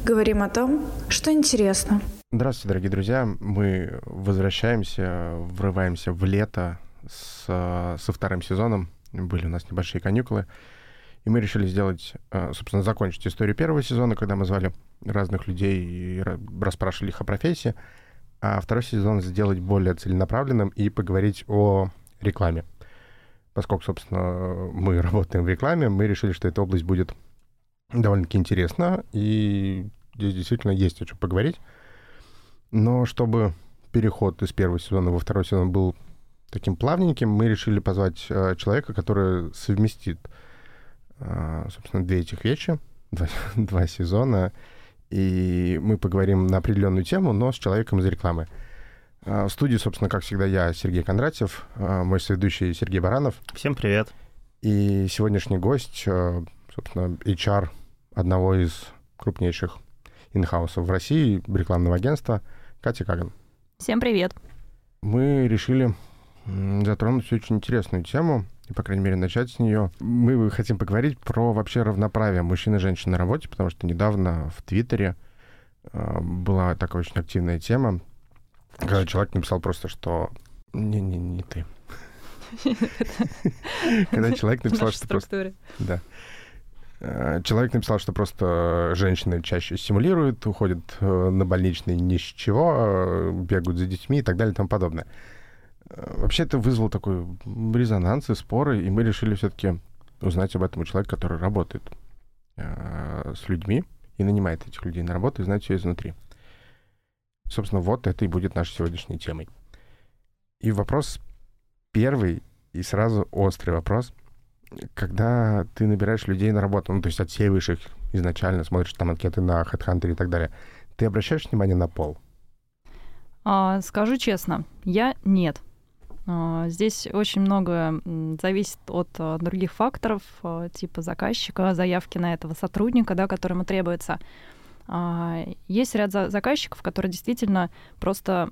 Говорим о том, что интересно. Здравствуйте, дорогие друзья. Мы возвращаемся, врываемся в лето со вторым сезоном. Были у нас небольшие каникулы. И мы решили сделать, собственно, закончить историю первого сезона, когда мы звали разных людей и расспрашивали их о профессии. А второй сезон сделать более целенаправленным и поговорить о рекламе. Поскольку, собственно, мы работаем в рекламе, мы решили, что эта область будет довольно-таки интересна, и здесь действительно есть о чем поговорить. Но чтобы переход из первого сезона во второй сезон был таким плавненьким, мы решили позвать человека, который совместит, собственно, две этих вещи, два сезона, и мы поговорим на определенную тему, но с человеком из рекламы. В студии, собственно, как всегда, я, Сергей Кондратьев, мой соведущий Сергей Баранов. Всем привет. И сегодняшний гость, собственно, HR одного из крупнейших инхаусов в России, рекламного агентства, Катя Каган. Всем привет. Мы решили затронуть очень интересную тему, и, по крайней мере, начать с нее. Мы хотим поговорить про вообще равноправие мужчин и женщин на работе, потому что недавно в Твиттере была такая очень активная тема, когда человек написал просто, что не ты. Когда человек написал, что просто... Да. Человек написал, что просто женщины чаще стимулируют, уходят на больничный ни с чего, бегают за детьми и так далее и тому подобное. Вообще это вызвало такой резонанс и споры, и мы решили все-таки узнать об этом у человека, который работает с людьми и нанимает этих людей на работу, и знать все изнутри. Собственно, вот это и будет нашей сегодняшней темой. И вопрос первый, и сразу острый вопрос. Когда ты набираешь людей на работу, ну, то есть отсеиваешь их изначально, смотришь там анкеты на HeadHunter и так далее, ты обращаешь внимание на пол? Скажу честно, я нет. Здесь очень много зависит от других факторов, типа заказчика, заявки на этого сотрудника, да, которому требуется. Есть ряд заказчиков, которые действительно просто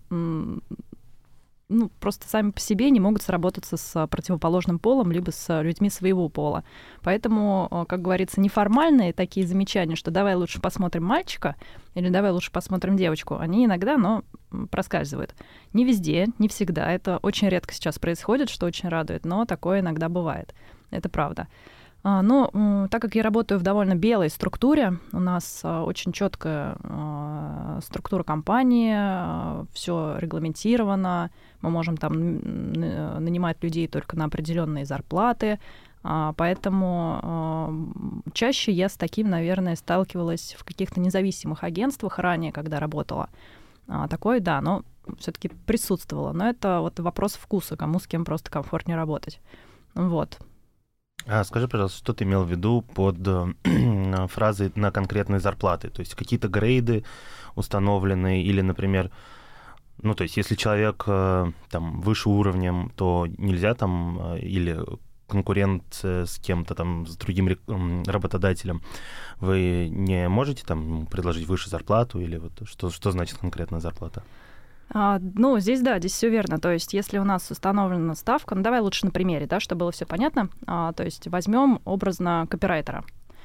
сами по себе не могут сработаться с противоположным полом, либо с людьми своего пола. Поэтому, как говорится, неформальные такие замечания, что давай лучше посмотрим мальчика или давай лучше посмотрим девочку, они иногда, проскальзывают. Не везде, не всегда. Это очень редко сейчас происходит, что очень радует, но такое иногда бывает. Это правда. Но так как я работаю в довольно белой структуре, у нас очень четкая структура компании, все регламентировано, мы можем там нанимать людей только на определенные зарплаты, поэтому чаще я с таким, наверное, сталкивалась в каких-то независимых агентствах ранее, когда работала. Такое, да, но все-таки присутствовало. Но это вот вопрос вкуса, кому с кем просто комфортнее работать. Вот. Скажи, пожалуйста, что ты имел в виду под фразой «на конкретные зарплаты»? То есть какие-то грейды установлены или, например, то есть если человек там выше уровнем, то нельзя там или конкуренция с кем-то там, с другим работодателем, вы не можете там предложить выше зарплату или вот что значит конкретная зарплата? Здесь все верно. То есть, если у нас установлена ставка, давай лучше на примере, да, чтобы было все понятно. То есть, возьмем образно копирайтера.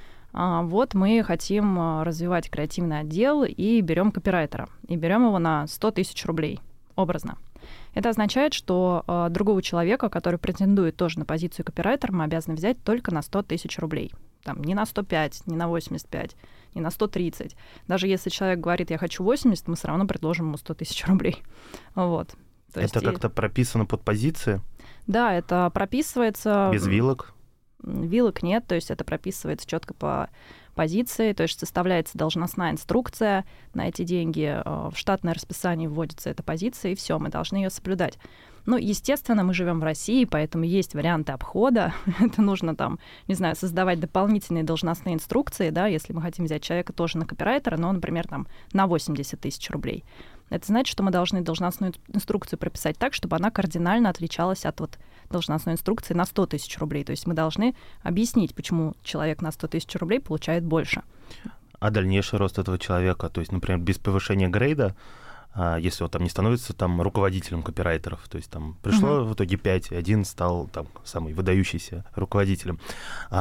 Вот мы хотим развивать креативный отдел и берем копирайтера. И берем его на 100 тысяч рублей, образно. Это означает, что другого человека, который претендует тоже на позицию копирайтера, мы обязаны взять только на 100 тысяч рублей. Там, не на 105, не на 85, не на 130. Даже если человек говорит, я хочу 80, мы все равно предложим ему 100 тысяч рублей. Вот. Это как-то прописано под позиции? Да, это прописывается... Без вилок? Вилок нет, то есть это прописывается четко по позиции, то есть составляется должностная инструкция на эти деньги, в штатное расписание вводится эта позиция, и все, мы должны ее соблюдать. Естественно, мы живем в России, поэтому есть варианты обхода. Это нужно создавать дополнительные должностные инструкции, да, если мы хотим взять человека тоже на копирайтера, но, например, на 80 тысяч рублей. Это значит, что мы должны должностную инструкцию прописать так, чтобы она кардинально отличалась от должностной инструкции на 100 тысяч рублей. То есть мы должны объяснить, почему человек на 100 тысяч рублей получает больше. А дальнейший рост этого человека, то есть, например, без повышения грейда, если он там не становится там руководителем копирайтеров, то есть там пришло в итоге 5, и один стал там самый выдающийся руководителем.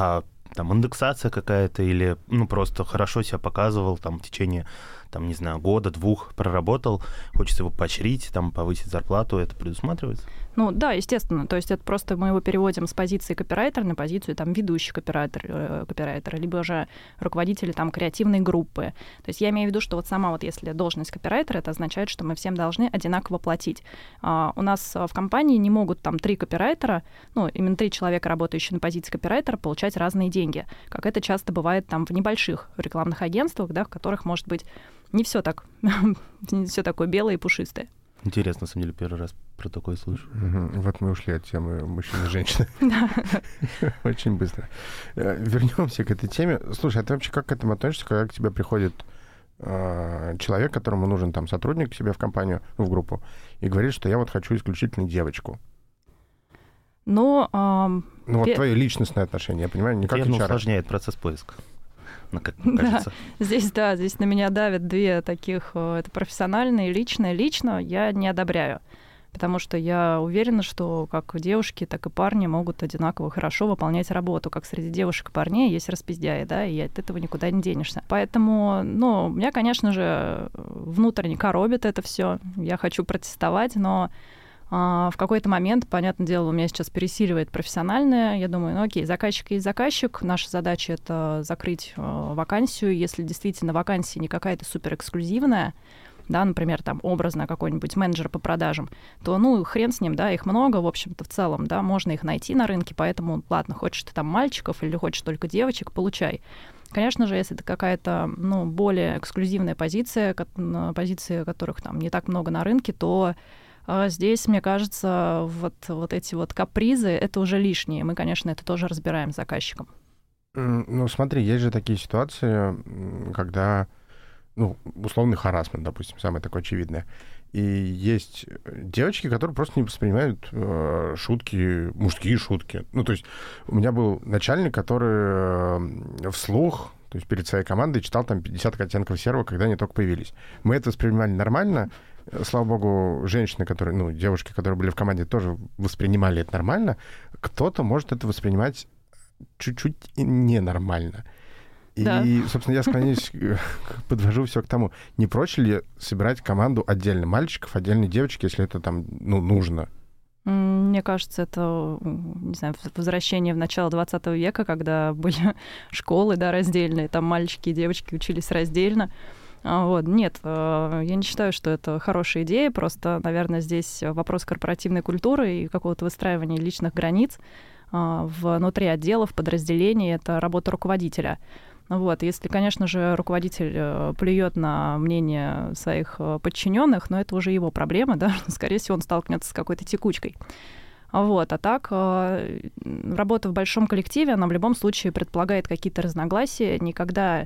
там индексация какая-то или, ну, просто хорошо себя показывал, там, в течение, там, не знаю, года, 2 проработал, хочется его поощрить, там, повысить зарплату, это предусматривается? Ну да, естественно. То есть это просто мы его переводим с позиции копирайтера на позицию там ведущий копирайтера, либо же руководители там креативной группы. То есть я имею в виду, что вот сама вот если должность копирайтера, это означает, что мы всем должны одинаково платить. У нас в компании не могут там 3 копирайтера, ну именно 3 человека, работающие на позиции копирайтера, получать разные деньги, как это часто бывает там в небольших рекламных агентствах, да, в которых может быть не все так, не все такое белое и пушистое. Интересно, на самом деле, первый раз про такое слышу. Вот мы ушли от темы мужчин и женщин. Очень быстро. Вернемся к этой теме. Слушай, а ты вообще как к этому относишься, когда к тебе приходит человек, которому нужен там сотрудник к себе в компанию, в группу, и говорит, что я вот хочу исключительно девочку? Ну, вот твое личностное отношение, я понимаю, не как HR. Усложняет процесс поиска. Ну, как мне кажется. Здесь на меня давят 2 таких, это профессиональное и личное. Лично я не одобряю, потому что я уверена, что как девушки, так и парни могут одинаково хорошо выполнять работу. Как среди девушек и парней есть распиздяи, да, и от этого никуда не денешься. Поэтому, ну, меня, конечно же, внутренне коробит это все. Я хочу протестовать, но в какой-то момент, понятное дело, у меня сейчас пересиливает профессиональное. Я думаю, ну окей, заказчик есть заказчик. Наша задача — это закрыть вакансию. Если действительно вакансия не какая-то суперэксклюзивная, да, например, там образно какой-нибудь менеджер по продажам, то, ну, хрен с ним, да, их много, в общем-то, в целом, да, можно их найти на рынке, поэтому, ладно, хочешь ты там мальчиков или хочешь только девочек, получай. Конечно же, если это какая-то, ну, более эксклюзивная позиция, позиции которых там не так много на рынке, то здесь, мне кажется, вот эти вот капризы — это уже лишние. Мы, конечно, это тоже разбираем с заказчиком. Ну, смотри, есть же такие ситуации, когда, ну, условный харассмент, допустим, самое такое очевидное. И есть девочки, которые просто не воспринимают шутки, мужские шутки. Ну, то есть у меня был начальник, который вслух, то есть перед своей командой читал там 50 оттенков серого, когда они только появились. Мы это воспринимали нормально. Слава богу, женщины, которые, ну, девушки, которые были в команде, тоже воспринимали это нормально. Кто-то может это воспринимать чуть-чуть ненормально. Да. И, собственно, я склоняюсь, подвожу все к тому, не проще ли собирать команду отдельно мальчиков, отдельно девочек, если это там, ну, нужно? Мне кажется, это, не знаю, возвращение в начало 20 века, когда были школы, да, раздельные, там мальчики и девочки учились раздельно. Вот. Нет, я не считаю, что это хорошая идея, просто, наверное, здесь вопрос корпоративной культуры и какого-то выстраивания личных границ внутри отделов, подразделений, это работа руководителя. Вот. Если, конечно же, руководитель плюет на мнение своих подчиненных, но это уже его проблема, да, скорее всего, он столкнется с какой-то текучкой. Вот. А так, работа в большом коллективе, она в любом случае предполагает какие-то разногласия, никогда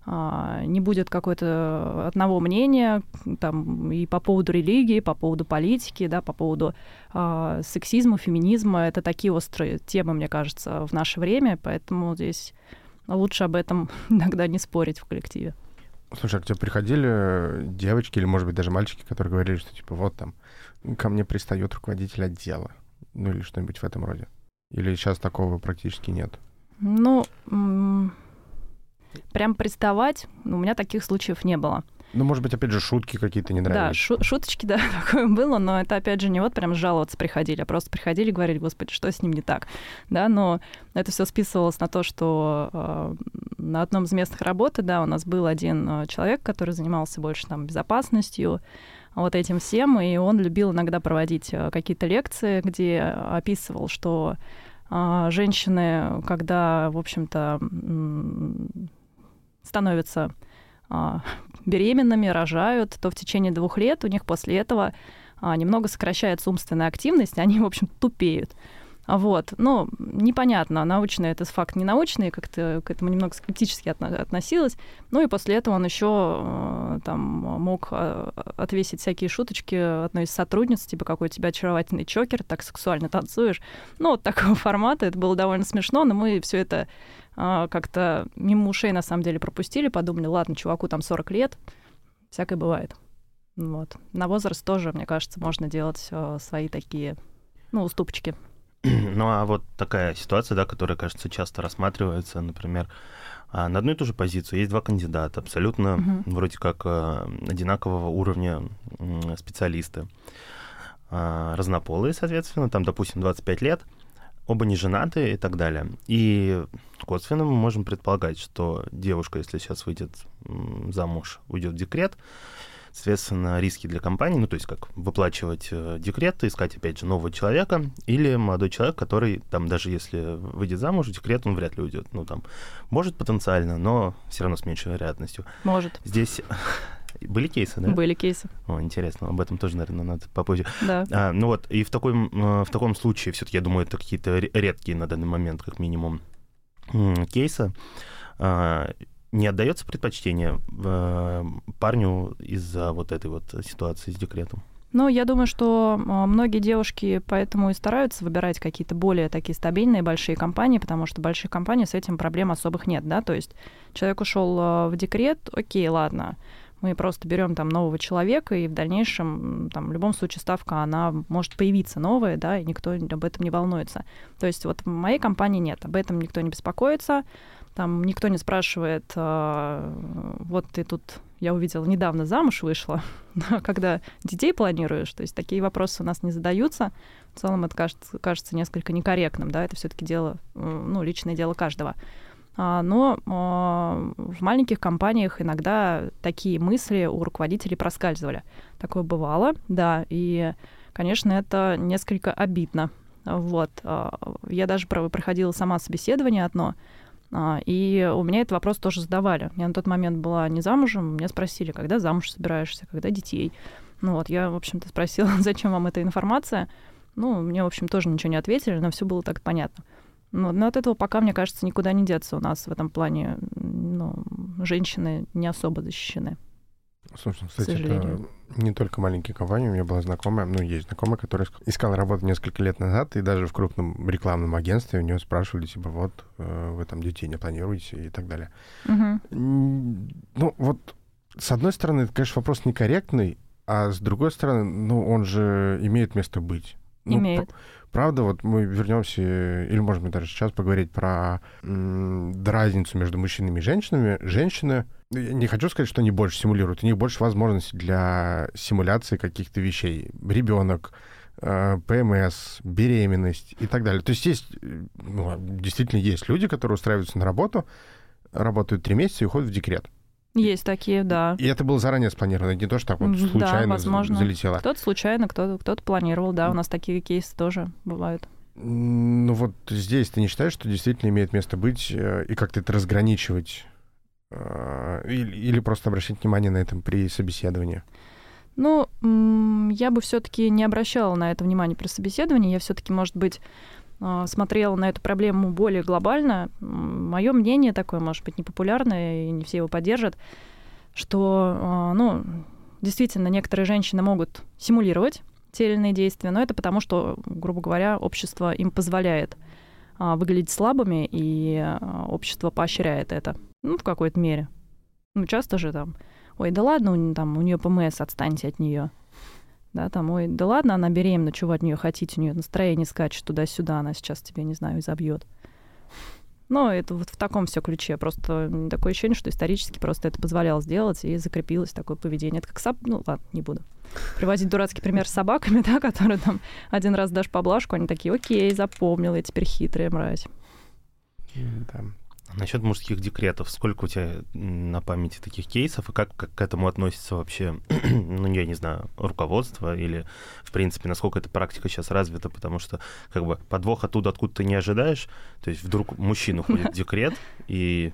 не будет какое-то одного мнения там, и по поводу религии, по поводу политики, да, по поводу сексизма, феминизма. Это такие острые темы, мне кажется, в наше время, поэтому здесь лучше об этом иногда не спорить в коллективе. Слушай, а к тебе приходили девочки или, может быть, даже мальчики, которые говорили, что, типа, вот там, ко мне пристает руководитель отдела, ну или что-нибудь в этом роде? Или сейчас такого практически нет? Ну, прям приставать, у меня таких случаев не было. Ну, может быть, опять же, шутки какие-то не нравились. Да, шуточки, да, такое было, но это, опять же, не вот прям жаловаться приходили, а просто приходили и говорили, господи, что с ним не так, да, но это все списывалось на то, что на одном из местных работы, да, у нас был один человек, который занимался больше там безопасностью, вот этим всем, и он любил иногда проводить какие-то лекции, где описывал, что женщины, когда, в общем-то, становятся беременными, рожают, то в течение 2 лет у них после этого немного сокращается умственная активность, они, в общем, тупеют. Вот. Ну, непонятно, научно это факт не научный, как-то к этому немного скептически относилась. Ну и после этого он еще там мог отвесить всякие шуточки одной из сотрудниц, типа какой у тебя очаровательный чокер, так сексуально танцуешь. Ну, вот такого формата. Это было довольно смешно, но мы все это как-то мимо ушей на самом деле пропустили, подумали, ладно, чуваку там 40 лет, всякое бывает. Вот. На возраст тоже, мне кажется, можно делать свои такие, ну, уступочки. Ну, а вот такая ситуация, да, которая, кажется, часто рассматривается, например, на одну и ту же позицию есть два кандидата, абсолютно вроде как одинакового уровня специалисты. Разнополые, соответственно, там, допустим, 25 лет, оба не женаты и так далее. И косвенно мы можем предполагать, что девушка, если сейчас выйдет замуж, уйдет в декрет, соответственно, риски для компании, ну, то есть как выплачивать декрет, искать, опять же, нового человека, или молодой человек, который, там, даже если выйдет замуж, в декрет он вряд ли уйдет. Ну, там, может потенциально, но все равно с меньшей вероятностью. Может. Здесь... Были кейсы, да? Были кейсы. О, интересно, об этом тоже, наверное, надо попозже. Да. Ну вот, и в таком случае, все-таки, я думаю, это какие-то редкие на данный момент, как минимум, кейсы. Не отдается предпочтение парню из-за вот этой вот ситуации с декретом? Ну, я думаю, что многие девушки поэтому и стараются выбирать какие-то более такие стабильные большие компании, потому что большие компании с этим проблем особых нет, да, то есть человек ушел в декрет, окей, ладно, мы просто берем там нового человека, и в дальнейшем, там, в любом случае, ставка, она может появиться новая, да, и никто об этом не волнуется. То есть вот в моей компании нет, об этом никто не беспокоится, там никто не спрашивает, вот ты тут, я увидела, недавно замуж вышла, когда детей планируешь, то есть такие вопросы у нас не задаются. В целом это кажется несколько некорректным, да, это все-таки дело, ну, личное дело каждого. Но в маленьких компаниях иногда такие мысли у руководителей проскальзывали. Такое бывало, да, и, конечно, это несколько обидно. Вот. Я даже проходила сама собеседование одно, и у меня этот вопрос тоже задавали. Я на тот момент была не замужем, меня спросили, когда замуж собираешься, когда детей. Ну вот, я, в общем-то, спросила, зачем вам эта информация. Ну, мне, в общем, тоже ничего не ответили, но все было так понятно. Но от этого пока, мне кажется, никуда не деться. У нас в этом плане, ну, женщины не особо защищены. Собственно, кстати, это не только маленькие компании. У меня была знакомая, ну, есть знакомая, которая искала работу несколько лет назад, и даже в крупном рекламном агентстве у нее спрашивали, типа, вот, вы там детей не планируете и так далее. Ну, вот, с одной стороны, это, конечно, вопрос некорректный, а с другой стороны, ну, он же имеет место быть. Имеет. Правда, вот мы вернемся, или, может быть, даже сейчас поговорить про разницу между мужчинами и женщинами. Женщины, я не хочу сказать, что они больше симулируют, у них больше возможностей для симуляции каких-то вещей. Ребенок, ПМС, беременность и так далее. То есть ну, действительно есть люди, которые устраиваются на работу, работают 3 месяца и уходят в декрет. Есть такие, да. И это было заранее спланировано, не то, что так вот случайно, да, возможно, залетело. Кто-то случайно, кто-то планировал, да, у нас такие кейсы тоже бывают. Ну вот здесь ты не считаешь, что действительно имеет место быть и как-то это разграничивать? Или просто обращать внимание на это при собеседовании? Ну, я бы все-таки не обращала на это внимание при собеседовании. Я все-таки, может быть, смотрела на эту проблему более глобально. Мое мнение такое, может быть, непопулярное, и не все его поддержат, что, ну, действительно, некоторые женщины могут симулировать те или иные действия, но это потому, что, грубо говоря, общество им позволяет выглядеть слабыми, и общество поощряет это, ну, в какой-то мере. Ну, часто же там, ой, да ладно, у нее ПМС, отстаньте от нее. Да, там, ой, да ладно, она беременна, чего вы от нее хотите, у нее настроение скачет туда-сюда, она сейчас тебя, не знаю, изобьет. Но это вот в таком все ключе. Просто такое ощущение, что исторически просто это позволяло сделать, и закрепилось такое поведение. Это как ну ладно, не буду приводить дурацкий пример с собаками, да, которые там один раз дашь поблажку, они такие, окей, запомнила, я теперь хитрая мразь. Да. Насчет мужских декретов, сколько у тебя на памяти таких кейсов, и как к этому относится вообще, ну, я не знаю, руководство, или, в принципе, насколько эта практика сейчас развита, потому что, как бы, подвох оттуда, откуда ты не ожидаешь, то есть вдруг мужчина уходит в декрет, и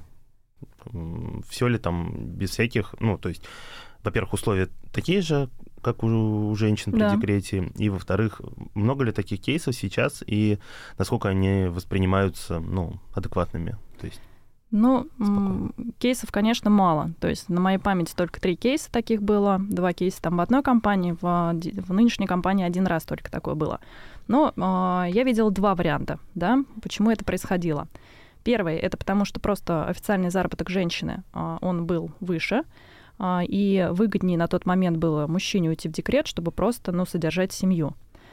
все ли там без всяких, ну, то есть, во-первых, условия такие же, как у женщин при декрете, и, во-вторых, много ли таких кейсов сейчас, и насколько они воспринимаются, ну, адекватными, то есть... Ну, кейсов, конечно, мало. То есть на моей памяти только 3 кейса таких было. 2 кейса там в одной компании, в нынешней компании 1 раз только такое было. Но я видела 2 варианта, да, почему это происходило. Первый — это потому, что просто официальный заработок женщины, он был выше, и выгоднее на тот момент было мужчине уйти в декрет, чтобы просто, ну, содержать семью.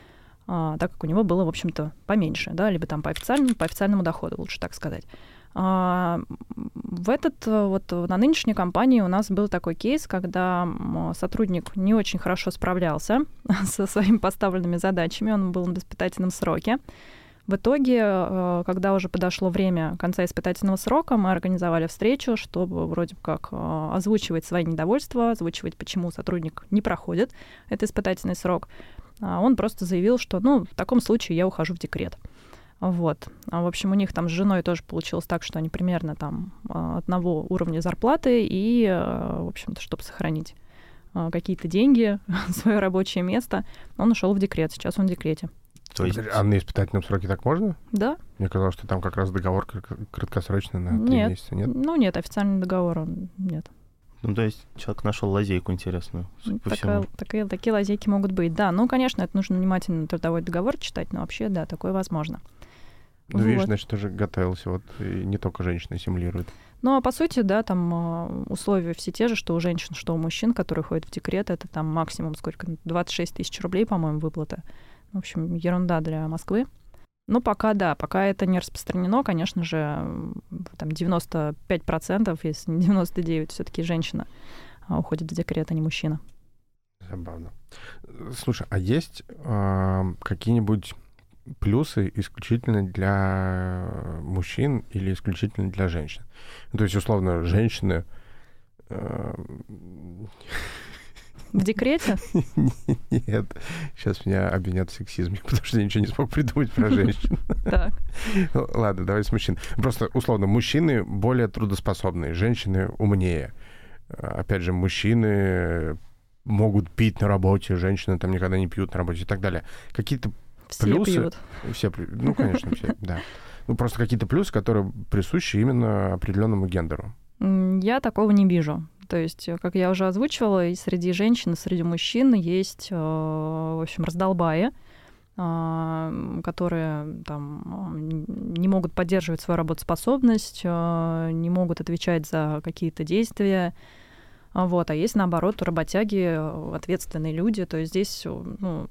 так как у него было, в общем-то, поменьше, да, либо там по официальному доходу, лучше так сказать. На нынешней компании у нас был такой кейс, когда сотрудник не очень хорошо справлялся со своими поставленными задачами, он был на испытательном сроке. В итоге, когда уже подошло время конца испытательного срока, мы организовали встречу, чтобы вроде как озвучивать свои недовольства, озвучивать, почему сотрудник не проходит этот испытательный срок. Он просто заявил, что, в таком случае я ухожу в декрет. Вот. В общем, у них там с женой тоже получилось так, что они примерно там одного уровня зарплаты, и, в общем-то, чтобы сохранить какие-то деньги, свое рабочее место, он ушел в декрет. Сейчас он в декрете. То есть... А на испытательном сроке так можно? Да. Мне казалось, что там как раз договор краткосрочный на 3 месяца, нет? Нет, официальный договор нет. То есть человек нашел лазейку интересную, судя по всему. Такие лазейки могут быть, да. Конечно, это нужно внимательно трудовой договор читать, но вообще, да, такое возможно. Видишь, значит, тоже готовился, и не только женщины симулируют. По сути, да, там условия все те же, что у женщин, что у мужчин, которые ходят в декрет, это там максимум 26 тысяч рублей, по-моему, выплата. В общем, ерунда для Москвы. Пока это не распространено, конечно же, там 95%, если не 99%, все-таки женщина уходит в декрет, а не мужчина. Забавно. Слушай, а есть какие-нибудь плюсы исключительно для мужчин или исключительно для женщин? То есть, условно, женщины... В декрете? Нет. Сейчас меня обвинят в сексизме, потому что я ничего не смог придумать про женщин. Так. Ладно, давай с мужчин. Просто, условно, мужчины более трудоспособные, женщины умнее. Опять же, мужчины могут пить на работе, женщины там никогда не пьют на работе и так далее. Какие-то плюсы... Пьют. Все пьют. Конечно, все, да. Просто какие-то плюсы, которые присущи именно определенному гендеру. Я такого не вижу. То есть, как я уже озвучивала, и среди женщин, и среди мужчин есть, в общем, раздолбаи, которые там не могут поддерживать свою работоспособность, не могут отвечать за какие-то действия. А есть, наоборот, работяги, ответственные люди. То есть здесь, я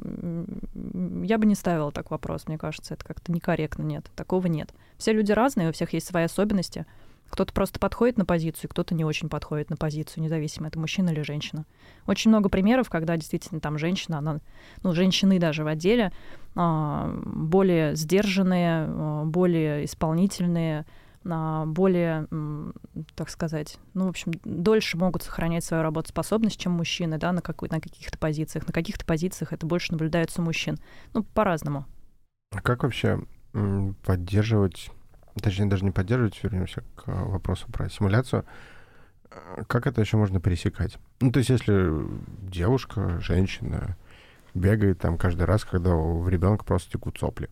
бы не ставила так вопрос, мне кажется, это как-то некорректно. Нет, такого нет. Все люди разные, у всех есть свои особенности. Кто-то просто подходит на позицию, кто-то не очень подходит на позицию, независимо, это мужчина или женщина. Очень много примеров, когда действительно там женщина, женщины даже в отделе более сдержанные, более исполнительные, более, так сказать, в общем, дольше могут сохранять свою работоспособность, чем мужчины, да, на каких-то позициях. На каких-то позициях это больше наблюдается у мужчин. По-разному. А как вообще поддерживать... Точнее, даже не поддерживать, вернемся к вопросу про симуляцию. Как это еще можно пересекать? То есть, если девушка, женщина бегает там каждый раз, когда у ребенка просто текут сопли.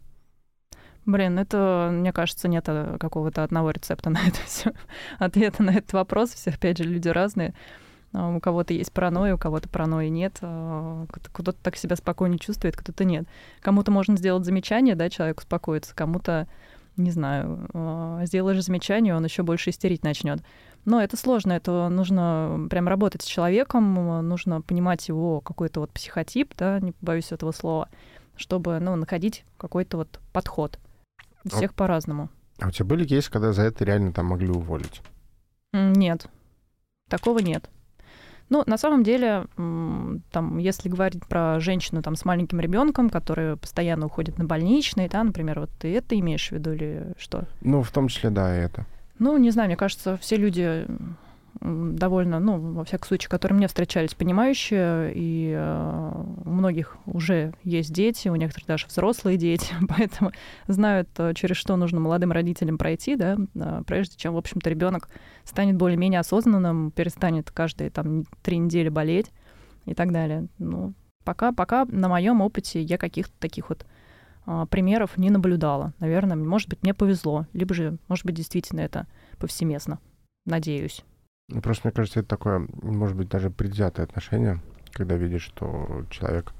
Это, мне кажется, нет какого-то одного рецепта на это все. Ответа на этот вопрос. Все, опять же, люди разные. У кого-то есть паранойя, у кого-то паранойи нет. Кто-то так себя спокойно чувствует, кто-то нет. Кому-то можно сделать замечание, да, человек успокоится, кому-то не знаю, сделаешь замечание, он еще больше истерить начнет. Но это сложно, это нужно прям работать с человеком, нужно понимать его какой-то психотип, да, не побоюсь этого слова, чтобы, находить какой-то подход. У всех по-разному. А у тебя были кейсы, когда за это реально там могли уволить? Нет, такого нет. На самом деле, там, если говорить про женщину там, с маленьким ребенком, которая постоянно уходит на больничные, да, например, ты это имеешь в виду или что? В том числе, да, это. Не знаю, мне кажется, все люди довольно, во всяком случае, которые мне встречались, понимающие, и у многих уже есть дети, у некоторых даже взрослые дети, поэтому знают, через что нужно молодым родителям пройти, да, прежде чем, в общем-то, ребенок станет более-менее осознанным, перестанет каждые 3 недели болеть и так далее. Пока на моем опыте я каких-то таких примеров не наблюдала. Наверное, может быть, мне повезло, либо же, может быть, действительно это повсеместно. Надеюсь. Просто, мне кажется, это такое, может быть, даже предвзятое отношение, когда видишь, что человек...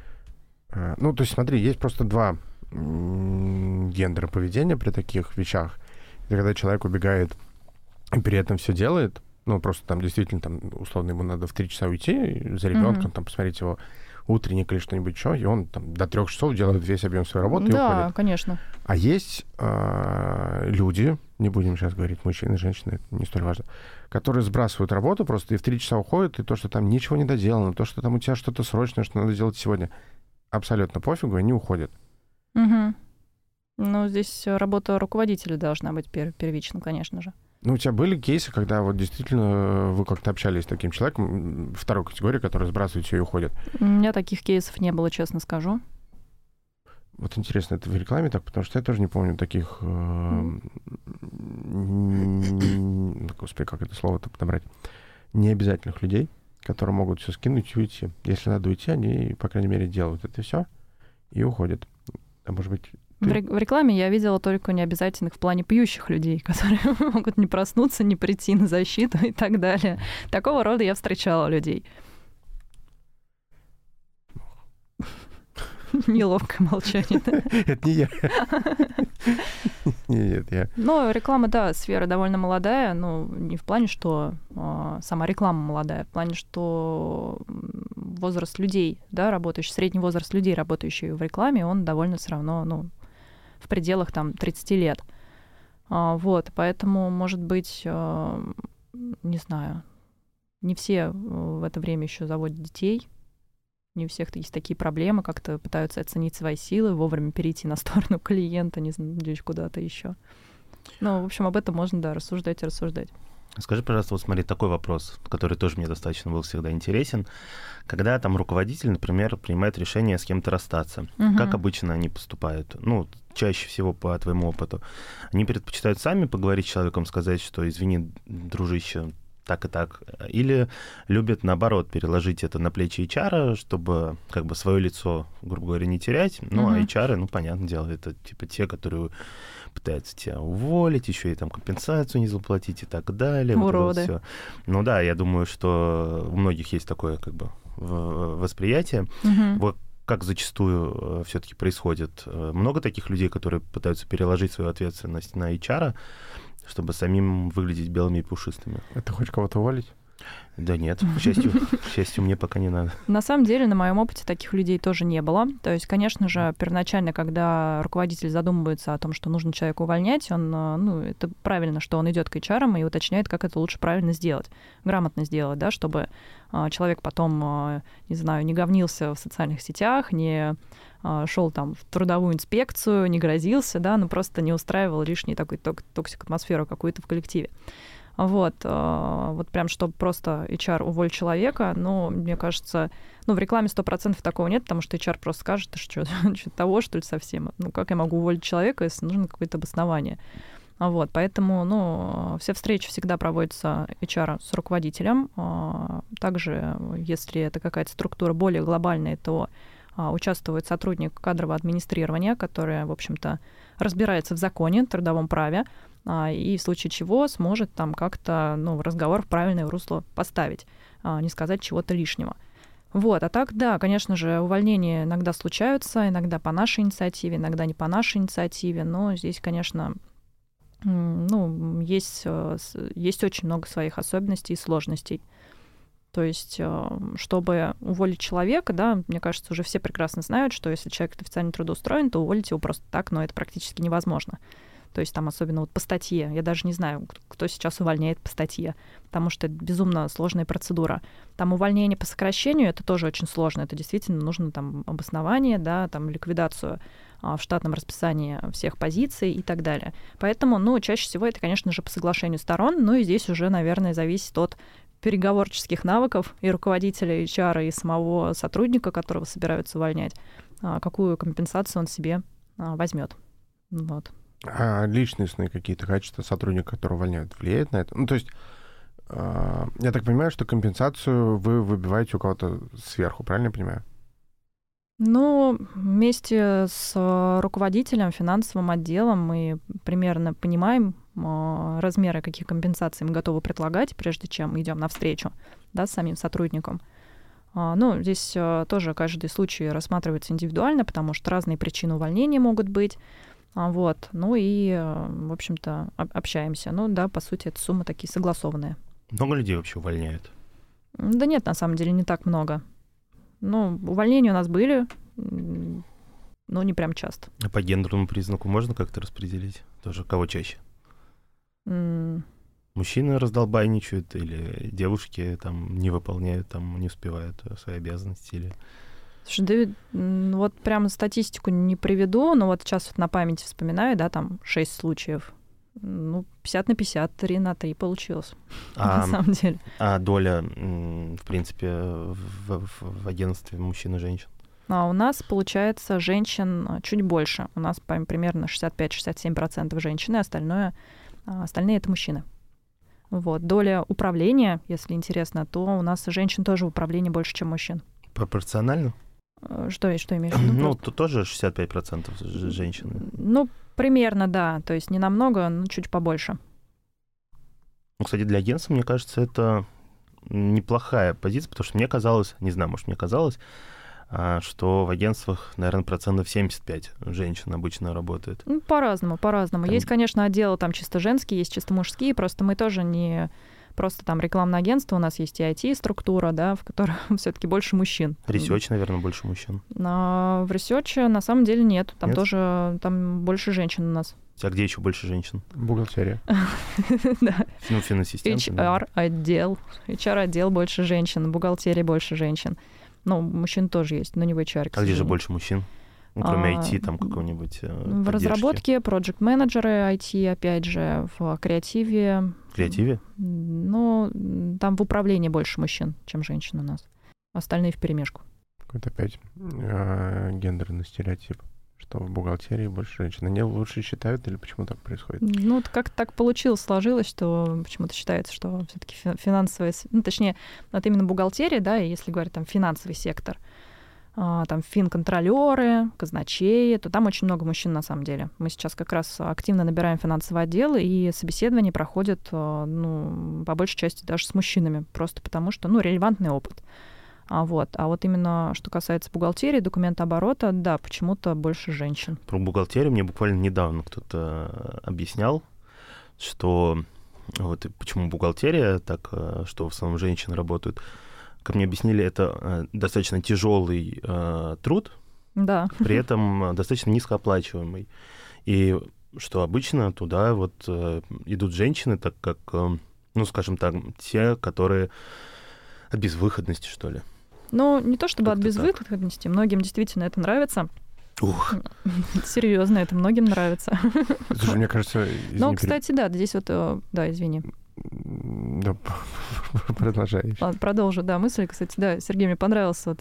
то есть, смотри, есть просто 2 гендера поведения при таких вещах. Это когда человек убегает и при этом все делает, просто там действительно, там, условно, ему надо в 3 часа уйти за ребенком, там, посмотреть его утренник или что-нибудь еще, и он там до 3 часов делает весь объем своей работы и уходит. Да, конечно. А есть люди, не будем сейчас говорить мужчины, женщины, это не столь важно, которые сбрасывают работу просто и в 3 часа уходят, и то, что там ничего не доделано, то, что там у тебя что-то срочное, что надо делать сегодня, абсолютно пофигу, они уходят. Угу. Ну, здесь работа руководителя должна быть первичным, конечно же. Ну, у тебя были кейсы, когда вот действительно вы как-то общались с таким человеком, второй категории, который сбрасывает все и уходит? У меня таких кейсов не было, честно скажу. Вот интересно, это в рекламе так, потому что я тоже не помню таких... Господи, как это слово-то подобрать? Необязательных людей, которые могут все скинуть и уйти. Если надо уйти, они, по крайней мере, делают это все и уходят. А может быть... В рекламе я видела только необязательных в плане пьющих людей, которые могут не проснуться, не прийти на защиту и так далее. Такого рода я встречала людей. Неловкое молчание. Это не я. Нет, я... Ну, реклама, да, сфера довольно молодая, но не в плане, что сама реклама молодая, в плане, что возраст людей, да, работающих, средний возраст людей, работающих в рекламе, он довольно все равно, ну, в пределах там 30 лет. Вот, поэтому, может быть, не знаю, не все в это время еще заводят детей, не у всех есть такие проблемы, как-то пытаются оценить свои силы, вовремя перейти на сторону клиента, не знаю, куда-то еще. Ну, в общем, об этом можно, да, рассуждать и рассуждать. Скажи, пожалуйста, вот смотри, такой вопрос, который тоже мне достаточно был всегда интересен. Когда там руководитель, например, принимает решение с кем-то расстаться, как обычно они поступают? Ну, чаще всего по твоему опыту. Они предпочитают сами поговорить с человеком, сказать, что извини, дружище, так и так, или любят, наоборот, переложить это на плечи HR, чтобы как бы свое лицо, грубо говоря, не терять. Ну, а HR, ну, понятное дело, это типа те, которые пытаются тебя уволить, еще и там компенсацию не заплатить и так далее. Уроды. Вот ну да, я думаю, что у многих есть такое как бы восприятие. Вот как зачастую все-таки происходит. Много таких людей, которые пытаются переложить свою ответственность на HR, чтобы самим выглядеть белыми и пушистыми. А ты хочешь кого-то уволить? Да нет, к счастью, мне пока не надо. На самом деле, на моем опыте таких людей тоже не было. То есть, конечно же, первоначально, когда руководитель задумывается о том, что нужно человека увольнять, он, ну, это правильно, что он идет к HR и уточняет, как это лучше правильно сделать, грамотно сделать, да, чтобы человек потом, не знаю, не говнился в социальных сетях, не шел там в трудовую инспекцию, не грозился, да, но просто не устраивал лишнюю такую токсик-атмосферу какую-то в коллективе. Вот прям, чтобы просто HR уволить человека, ну, мне кажется, ну, в рекламе 100% такого нет, потому что HR просто скажет, что того, что ли, совсем? Ну, как я могу уволить человека, если нужно какое-то обоснование? Вот, поэтому, ну, все встречи всегда проводятся HR с руководителем. Также, если это какая-то структура более глобальная, то участвует сотрудник кадрового администрирования, который, в общем-то, разбирается в законе, трудовом праве, и в случае чего сможет там как-то, ну, разговор в правильное русло поставить, не сказать чего-то лишнего. Вот, а так, да, конечно же, увольнения иногда случаются, иногда по нашей инициативе, иногда не по нашей инициативе, но здесь, конечно, ну, есть очень много своих особенностей и сложностей. То есть, чтобы уволить человека, да, мне кажется, уже все прекрасно знают, что если человек официально трудоустроен, то уволить его просто так, но это практически невозможно. То есть там особенно вот по статье. Я даже не знаю, кто сейчас увольняет по статье, потому что это безумно сложная процедура. Там увольнение по сокращению — это тоже очень сложно. Это действительно нужно там обоснование, да, там ликвидацию в штатном расписании всех позиций и так далее. Поэтому, ну, чаще всего это, конечно же, по соглашению сторон, но и здесь уже, наверное, зависит от переговорческих навыков и руководителя HR, и самого сотрудника, которого собираются увольнять, какую компенсацию он себе возьмет. Вот. А личностные какие-то качества сотрудника, которого увольняют, влияют на это? Ну, то есть, я так понимаю, что компенсацию вы выбиваете у кого-то сверху, правильно я понимаю? Ну, вместе с руководителем, финансовым отделом мы примерно понимаем размеры, какие компенсации мы готовы предлагать, прежде чем идем навстречу, да, с самим сотрудником. Ну, здесь тоже каждый случай рассматривается индивидуально, потому что разные причины увольнения могут быть. Вот. Ну и, в общем-то, общаемся. Ну да, по сути, это суммы такие согласованные. Много людей вообще увольняют? Да нет, на самом деле, не так много. Ну, увольнения у нас были, но не прям часто. А по гендерному признаку можно как-то распределить? Тоже кого чаще? Мужчины раздолбайничают или девушки там не выполняют, там не успевают свои обязанности? Или... Слушай, да, вот прям статистику не приведу, но вот сейчас вот на памяти вспоминаю, да, там 6 случаев. Ну, 50/50, 3/3 получилось, на самом деле. А доля, в принципе, в агентстве мужчин и женщин? А у нас, получается, женщин чуть больше. У нас примерно 65-67% женщины, остальные это мужчины. Вот. Доля управления, если интересно, то у нас женщин тоже в управлении больше, чем мужчин. Пропорционально? Что имеешь в виду? Ну, тут тоже 65% женщины. Ну, примерно, да. То есть не намного, но чуть побольше. Ну, кстати, для агентства, мне кажется, это неплохая позиция, потому что мне казалось, не знаю, может, мне казалось, что в агентствах, наверное, 75% женщин обычно работает. Ну, по-разному. Там... Есть, конечно, отделы там чисто женские, есть чисто мужские, просто мы тоже не просто там рекламное агентство, у нас есть и IT-структура, да, в которой все-таки больше мужчин. Ресерч, наверное, больше мужчин. В ресерче на самом деле нет. Там тоже там больше женщин у нас. А где еще больше женщин? Бухгалтерия. Да. Ну, финансистенты. HR-отдел больше женщин, бухгалтерия больше женщин. Ну, мужчин тоже есть, но не в HR. А где же больше мужчин? Ну, кроме IT, там какого-нибудь в разработке, проект-менеджеры IT, опять же, в креативе. В креативе? Ну, там в управлении больше мужчин, чем женщин у нас. Остальные вперемешку. Какой-то опять гендерный стереотип, что в бухгалтерии больше женщин. Они лучше считают или почему так происходит? Ну, как так получилось, сложилось, что почему-то считается, что все-таки финансовая... Ну, точнее, это именно бухгалтерия, да, и если говорить там финансовый сектор, там финконтролеры, казначеи, то там очень много мужчин на самом деле. Мы сейчас как раз активно набираем финансовый отдел, и собеседования проходят, ну, по большей части даже с мужчинами, просто потому что, ну, релевантный опыт. А вот именно что касается бухгалтерии, документооборота, да, почему-то больше женщин. Про бухгалтерию мне буквально недавно кто-то объяснял, что вот почему бухгалтерия, так что в основном женщины работают. Как мне объяснили, это достаточно тяжелый труд, да. При этом достаточно низкооплачиваемый. И что обычно туда вот идут женщины, так как, ну, скажем так, те, которые от безвыходности, что ли. Ну, не то чтобы от безвыходности, многим действительно это нравится. Ух. Серьезно, это многим нравится. Слушай, мне кажется... Ну, кстати, да, здесь вот... Да, извини. Да, продолжай. Ладно, продолжу, да, мысль. Кстати, да, Сергей, мне понравилась вот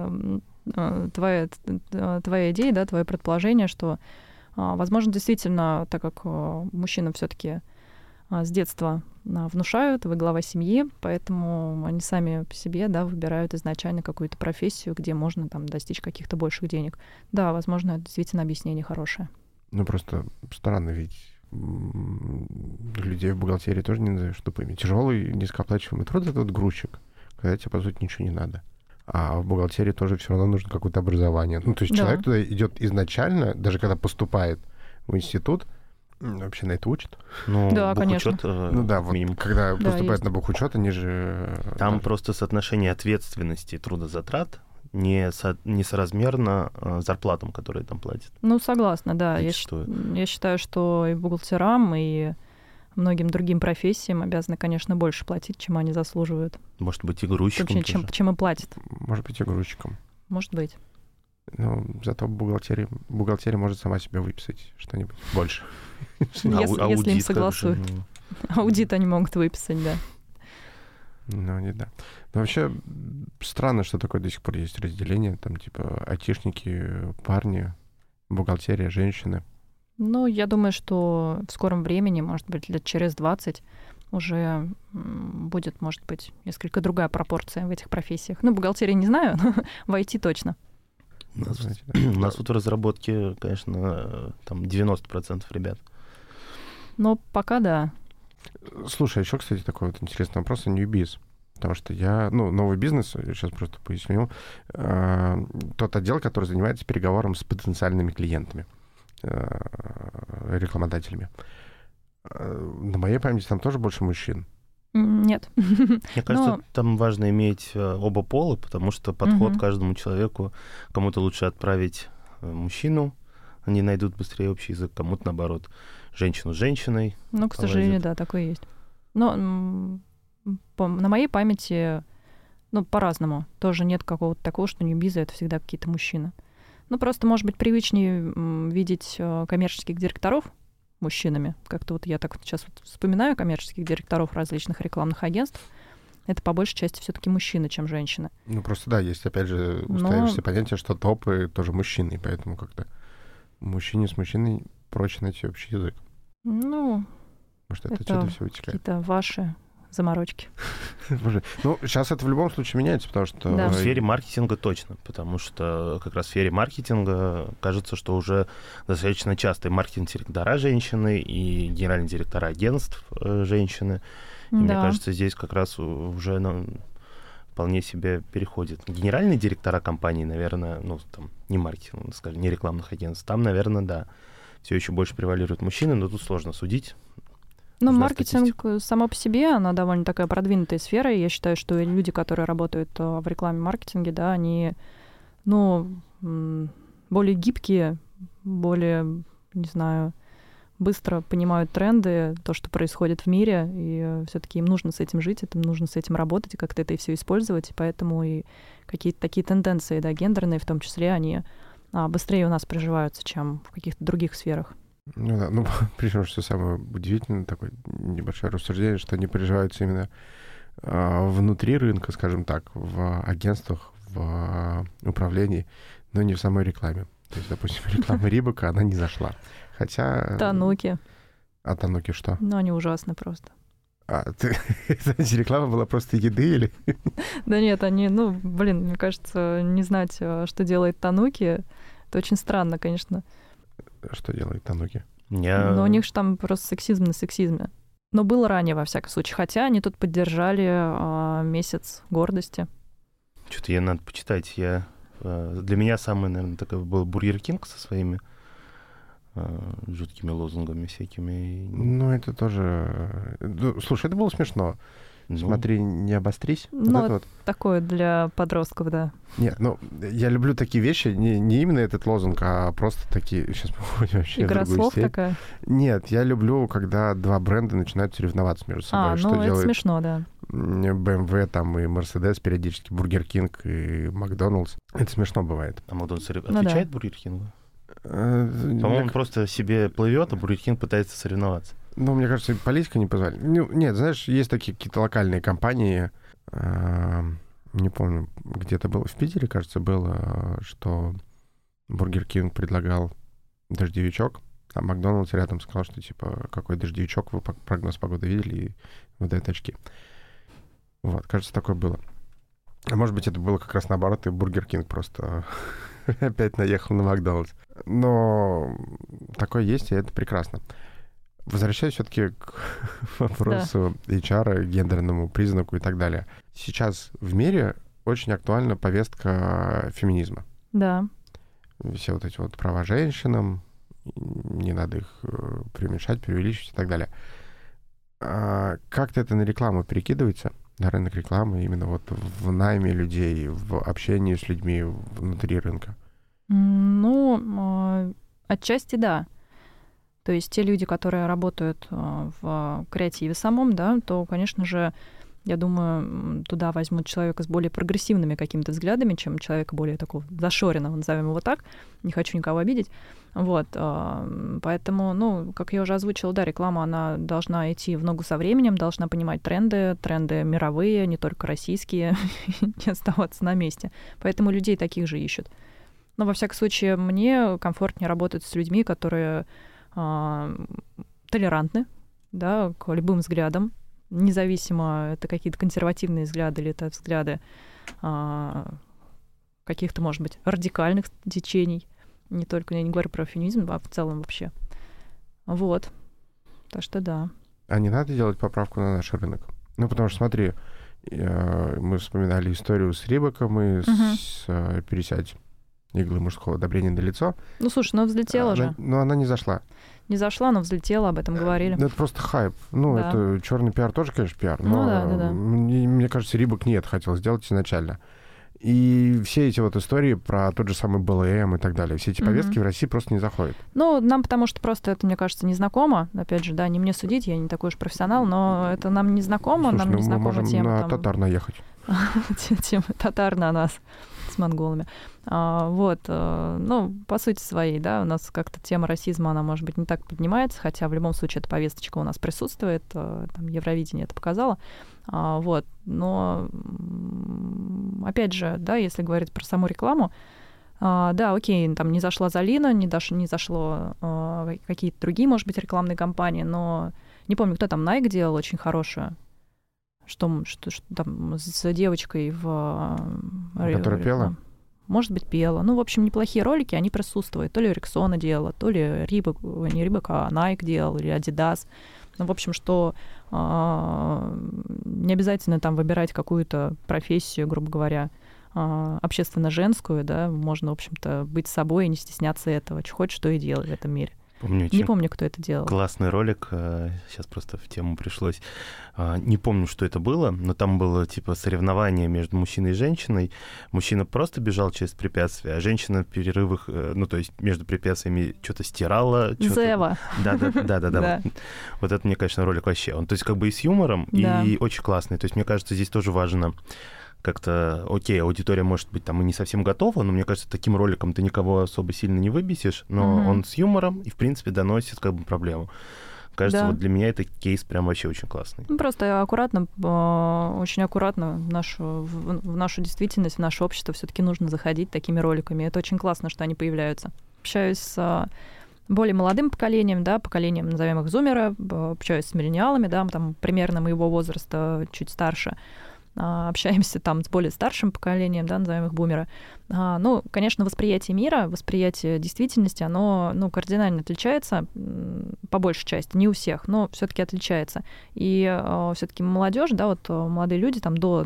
твоя идея, да, твое предположение, что, возможно, действительно, так как мужчина все-таки с детства внушают, вы глава семьи, поэтому они сами по себе, да, выбирают изначально какую-то профессию, где можно там достичь каких-то больших денег. Да, возможно, это действительно объяснение хорошее. Ну, просто странно, ведь людей в бухгалтерии тоже не назовешь тупыми. Тяжелый, низкооплачиваемый труд — это вот грузчик, когда тебе, по сути, ничего не надо. А в бухгалтерии тоже все равно нужно какое-то образование. Ну, то есть человек туда идет изначально, даже когда поступает в институт, вообще на это учат? Ну, да, конечно. Ну да, вот когда поступают на бухучет, они же... Там просто соотношение ответственности и трудозатрат несоразмерно зарплатам, которые там платят. Ну, согласна, да. Я считаю, что и бухгалтерам, и многим другим профессиям обязаны, конечно, больше платить, чем они заслуживают. Может быть, и грузчикам тоже. Чем им платят. Может быть, и грузчикам. Может быть. Ну, зато бухгалтерия может сама себе выписать что-нибудь больше. Если им согласуют. Аудит они могут выписать, да. Ну, не да. Но вообще странно, что такое до сих пор есть разделение. Там, типа, айтишники, парни, бухгалтерия, женщины. Ну, я думаю, что в скором времени, может быть, лет через 20 уже будет, может быть, несколько другая пропорция в этих профессиях. Ну, бухгалтерии не знаю, но в IT точно. У нас вот в разработке, конечно, там 90% ребят. Но пока да. Слушай, еще, кстати, такой вот интересный вопрос о Newbiz. Потому что новый бизнес, я сейчас просто поясню, тот отдел, который занимается переговором с потенциальными клиентами, рекламодателями. На моей памяти там тоже больше мужчин. Нет. Мне кажется, там важно иметь оба пола, потому что подход каждому человеку, кому-то лучше отправить мужчину, они найдут быстрее общий язык, кому-то, наоборот, женщину с женщиной. Ну, к сожалению, да, такое есть. Но на моей памяти, по-разному. Тоже нет какого-то такого, что ньюбизы — это всегда какие-то мужчины. Просто, может быть, привычнее видеть коммерческих директоров мужчинами. Как-то я так сейчас вспоминаю коммерческих директоров различных рекламных агентств. Это по большей части все-таки мужчины, чем женщины. Просто да, есть, опять же, устоявшееся понятие, что топы тоже мужчины, и поэтому как-то мужчине с мужчиной проще найти общий язык. Может, это отсюда все вытекает. Какие-то ваши заморочки. Сейчас это в любом случае меняется, потому что... Да. В сфере маркетинга точно, потому что как раз в сфере маркетинга кажется, что уже достаточно часто и маркетинг-директора женщины, и генеральные директора агентств женщины. И мне кажется, здесь как раз уже вполне себе переходит. Генеральные директора компаний, наверное, не маркетинг, скажем, не рекламных агентств, там, наверное, да, все еще больше превалируют мужчины, но тут сложно судить. Маркетинг само по себе, она довольно такая продвинутая сфера, и я считаю, что люди, которые работают в рекламе, маркетинге, да, они, более гибкие, более, не знаю, быстро понимают тренды, то, что происходит в мире, и все-таки им нужно с этим жить, им нужно с этим работать, и как-то это и все использовать, и поэтому и какие-то такие тенденции, да, гендерные в том числе, они быстрее у нас приживаются, чем в каких-то других сферах. Причем, что самое удивительное, такое небольшое рассуждение, что они приживаются именно внутри рынка, скажем так, в агентствах, в управлении, но не в самой рекламе. То есть, допустим, реклама Рибака, она не зашла. Хотя... Тануки. А Тануки что? Они ужасны просто. Реклама была просто еды или... Да нет, они, мне кажется, не знать, что делает Тануки, это очень странно, конечно. Что делает Тануки? Но у них же там просто сексизм на сексизме. Но было ранее, во всяком случае. Хотя они тут поддержали месяц гордости. Что-то надо почитать. Для меня самый, наверное, такой был Бургер Кинг со своими жуткими лозунгами всякими. Это тоже... Слушай, это было смешно. Смотри, не обострись. Такое для подростков, да. Нет, я люблю такие вещи, не именно этот лозунг, а просто такие... Сейчас мы уходим вообще в другую Игра слов степь. такая? Нет, я люблю, когда два бренда начинают соревноваться между собой. Что это делает смешно, да. BMW там и Mercedes периодически, Бургер Кинг и Макдоналдс. Это смешно бывает. А Макдоналдс отвечает Бургер Кингу? По-моему, он просто себе плывет, а Бургер Кинг пытается соревноваться. Мне кажется, политика не позволяет. Нет, знаешь, есть такие какие-то локальные компании, не помню, где-то было, в Питере, кажется, было, что Бургер Кинг предлагал дождевичок, а Макдоналдс рядом сказал, что, какой дождевичок, вы прогноз погоды видели, и выдают очки. Кажется, такое было. А может быть, это было как раз наоборот, и Бургер Кинг просто опять наехал на Макдоналдс. Но такое есть, и это прекрасно. Возвращаясь все-таки к вопросу HR, гендерному признаку и так далее. Сейчас в мире очень актуальна повестка феминизма. Да. Все эти права женщинам, не надо их преуменьшать, преувеличивать и так далее. Как-то это на рекламу перекидывается, на рынок рекламы, именно в найме людей, в общении с людьми внутри рынка? Отчасти да. То есть те люди, которые работают в креативе самом, да, то, конечно же, я думаю, туда возьмут человека с более прогрессивными какими-то взглядами, чем человека более такого зашоренного, назовем его так. Не хочу никого обидеть. Поэтому, как я уже озвучила, да, реклама, она должна идти в ногу со временем, должна понимать тренды мировые, не только российские, не оставаться на месте. Поэтому людей таких же ищут. Но, во всяком случае, мне комфортнее работать с людьми, которые толерантны, да, к любым взглядам, независимо, это какие-то консервативные взгляды или это взгляды каких-то, может быть, радикальных течений. Не только, я не говорю про феминизм, а в целом вообще. Так что да. А не надо делать поправку на наш рынок? Потому что, смотри, мы вспоминали историю с Рибаком и с Пересядь. иглы мужского удобрения на лицо. Ну, слушай, взлетела же. Но она не зашла. Не зашла, но взлетела, об этом говорили. Это просто хайп. Ну, Да. это черный пиар тоже, конечно, пиар, но да. мне кажется, Рибок не это хотел сделать изначально. И все эти вот истории про тот же самый БЛМ и так далее, все эти повестки в России просто не заходят. Ну, нам потому что просто это, мне кажется, не знакомо. Опять же, да, не мне судить, я не такой уж профессионал, но это нам не знакомо, Слушай, нам не знакома мы можем тема. на там, татар наехать. тема татар на нас с монголами. По сути своей, да, у нас как-то тема расизма, она, может быть, не так поднимается, хотя в любом случае эта повесточка у нас присутствует, там, Евровидение это показало, но, опять же, да, если говорить про саму рекламу, да, окей, там не зашла Залина, не зашло какие-то другие, может быть, рекламные кампании, но не помню, кто там, Nike делал очень хорошую, что там с девочкой Которая пела? Может быть, пела. Ну, в общем, неплохие ролики, они присутствуют. То ли Рексона делала, то ли Рибок, не Рибок, а Nike делал, или Adidas. Ну, в общем, что не обязательно там выбирать какую-то профессию, грубо говоря, общественно-женскую, да, можно, в общем-то, быть собой и не стесняться этого. Что хочешь, то и делай в этом мире. Не помню, кто это делал. Классный ролик, сейчас просто в тему пришлось. Не помню, что это было, но там было типа соревнование между мужчиной и женщиной. Мужчина просто бежал через препятствия, а женщина в перерывах, то есть между препятствиями что-то стирала. Зева. Да. Вот это, мне, конечно, ролик вообще. Он, то есть, как бы и с юмором, и очень классный. То есть, мне кажется, здесь тоже важно как-то, окей, аудитория, может быть, там и не совсем готова, но мне кажется, таким роликом ты никого особо сильно не выбесишь, но он с юмором и, в принципе, доносит как бы проблему. Кажется, вот для меня это кейс прям вообще очень классный. Просто аккуратно, очень аккуратно в нашу действительность, в наше общество все-таки нужно заходить такими роликами. Это очень классно, что они появляются. Общаюсь с более молодым поколением, да, поколением, назовем их зумеры, общаюсь с миллениалами, да, там примерно моего возраста, чуть старше. Общаемся там с более старшим поколением, да, назовем их бумеры. Конечно, восприятие мира, восприятие действительности, оно, кардинально отличается, по большей части, не у всех, но все-таки отличается. И все-таки молодежь, да, вот молодые люди там до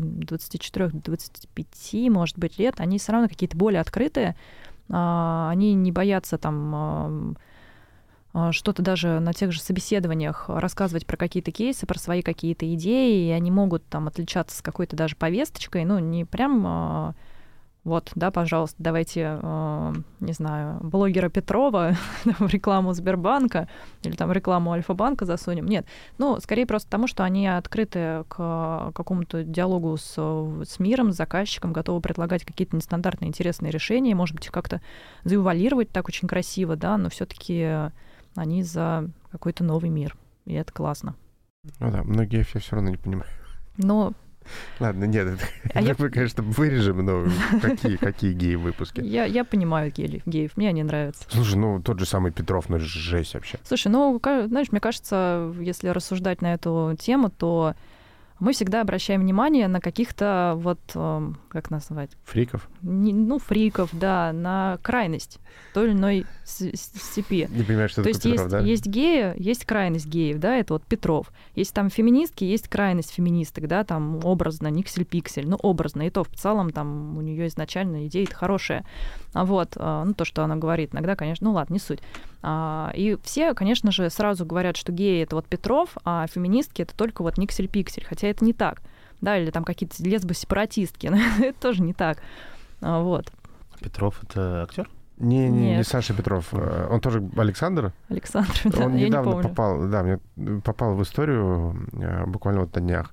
24-25, может быть, лет, они все равно какие-то более открытые, они не боятся там что-то даже на тех же собеседованиях рассказывать про какие-то кейсы, про свои какие-то идеи, и они могут там отличаться с какой-то даже повесточкой, не прям пожалуйста, давайте, не знаю, блогера Петрова в рекламу Сбербанка или там рекламу Альфа-банка засунем. Нет, скорее просто потому, что они открыты к какому-то диалогу с миром, с заказчиком, готовы предлагать какие-то нестандартные, интересные решения, может быть, их как-то завуалировать так очень красиво, да, но все-таки они за какой-то новый мир, и это классно. Ну да, но геев я все равно не понимаю. Но... Ладно, нет, мы, конечно, вырежем, но какие геи-выпуски? Я понимаю геев, мне они нравятся. Слушай, тот же самый Петров, жесть вообще. Слушай, знаешь, мне кажется, если рассуждать на эту тему, то мы всегда обращаем внимание на каких-то как назвать? Фриков? Фриков, да, на крайность той или иной степи. Не понимаешь, что такое Петров, да? Есть геи, есть крайность геев, да, это вот Петров. Есть там феминистки, есть крайность феминисток, да, там образно, никсель-пиксель, образно, и то в целом там у нее изначально идея-то хорошая. То, что она говорит, иногда, конечно, ладно, не суть. И все, конечно же, сразу говорят, что геи — это вот Петров, а феминистки — это только вот никсель-пиксель, хотя это не так. Да, или там какие-то лесбо-сепаратистки, это тоже не так. Петров — это актер? Не Саша Петров. Он тоже Александр? Александр, да, он я недавно не помню. попал в историю, буквально на днях.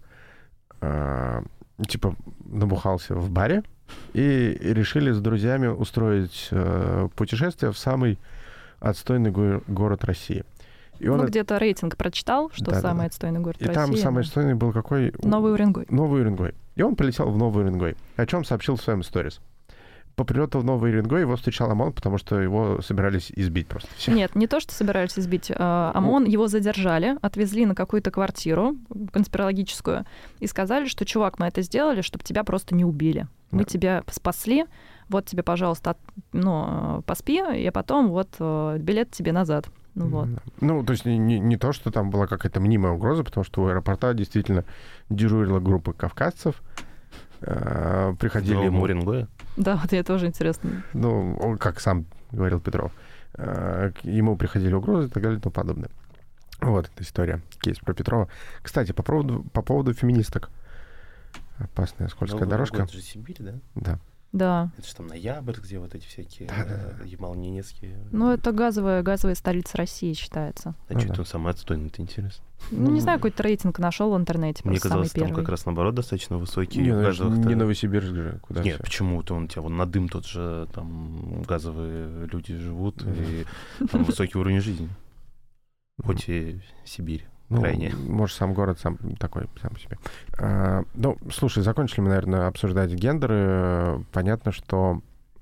Набухался в баре и решили с друзьями устроить путешествие в самый отстойный город России. И он где-то рейтинг прочитал, что самый отстойный город России. И там самый отстойный был какой? Новый Уренгой. Новый Уренгой. И он полетел в Новый Уренгой. О чем сообщил в своем сторис. По прилету в Новый Уренгой его встречал ОМОН, потому что его собирались избить просто. Все. Нет, не то, что собирались избить. ОМОН его задержали, отвезли на какую-то квартиру конспирологическую и сказали, что, чувак, мы это сделали, чтобы тебя просто не убили. Мы тебя спасли, вот тебе, пожалуйста, поспи, и потом билет тебе назад. То есть не то, что там была какая-то мнимая угроза, потому что у аэропорта действительно дежурила группа кавказцев. Приходили ему... Уренгоя? Да, вот я тоже интересно. Ну, как сам говорил Петров, ему приходили угрозы и так далее и тому подобное. Вот эта история, кейс про Петрова. Кстати, по поводу феминисток. Опасная скользкая дорожка. Это же Сибирь, да? Да. Да. Это же там Ноябрь, где вот эти всякие Ямал-Ненецкие. Ну, это газовая столица России считается. А что-то он самый отстойный, это интересно. Ну, не знаю, какой-то рейтинг нашел в интернете. Мне казалось, самый там первый. как раз наоборот достаточно высокий. Не Новосибирск же, куда Нет, все. почему-то он тебя вон на дым тот же, там газовые люди живут, и там высокий уровень жизни. Хоть и Сибирь. Крайне. Может, сам город сам такой, сам по себе. Ну, слушай, закончили мы, наверное, обсуждать гендеры. Понятно, что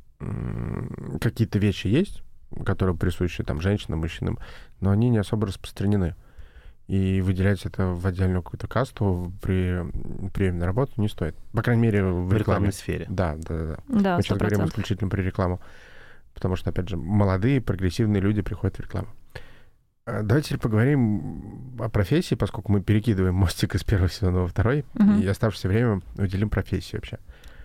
какие-то вещи есть, которые присущи там женщинам, мужчинам, но они не особо распространены. И выделять это в отдельную какую-то касту при приеме на работу не стоит. По крайней мере, в рекламной сфере. Да. Да, мы сейчас 100%. говорим исключительно про рекламу. Потому что, опять же, молодые, прогрессивные люди приходят в рекламу. Давайте теперь поговорим о профессии, поскольку мы перекидываем мостик из первого сезона во второй, и оставшееся время уделим профессии вообще.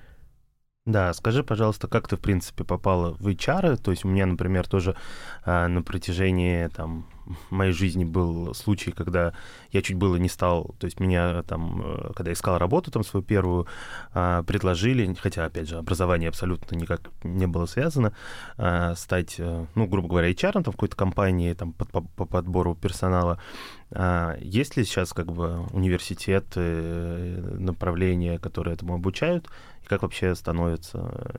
Да, скажи, пожалуйста, как ты, в принципе, попала в HR? То есть у меня, например, тоже на протяжении там, моей жизни был случай, когда я чуть было не стал, то есть меня там, когда искал работу там свою первую, предложили, хотя, опять же, образование абсолютно никак не было связано, стать, ну, грубо говоря, HR там, в какой-то компании там, по подбору персонала. Есть ли сейчас как бы университеты, направления, которые этому обучают? И как вообще становятся...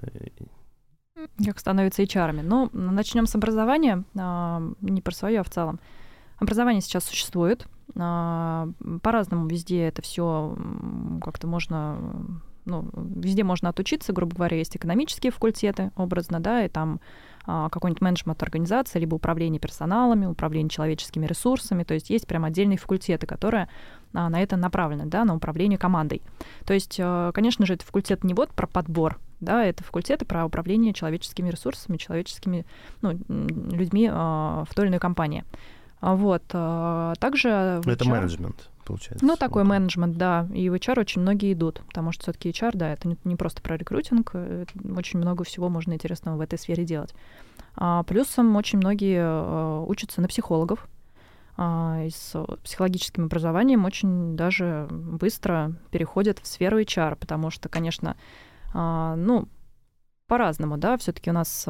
Как становятся HR-ами? Ну, начнем с образования. Не про свое, а в целом. Образование сейчас существует. По-разному везде это все как-то можно... Ну, везде можно отучиться, грубо говоря, есть экономические факультеты, образно, да, и там какой-нибудь менеджмент организации, либо управление персоналами, управление человеческими ресурсами, то есть есть прям отдельные факультеты, которые на это направлены, да, на управление командой. То есть, конечно же, это факультет не вот про подбор, да, это факультеты про управление человеческими ресурсами, человеческими, ну, людьми в той или иной компании. Вот. Также... Это менеджмент, получается. Ну, такой менеджмент, да. И в HR очень многие идут, потому что все-таки HR, да, это не просто про рекрутинг, очень много всего можно интересного в этой сфере делать. Плюсом очень многие учатся на психологов, и с психологическим образованием очень даже быстро переходят в сферу HR, потому что, конечно, ну, по-разному, да, все-таки у нас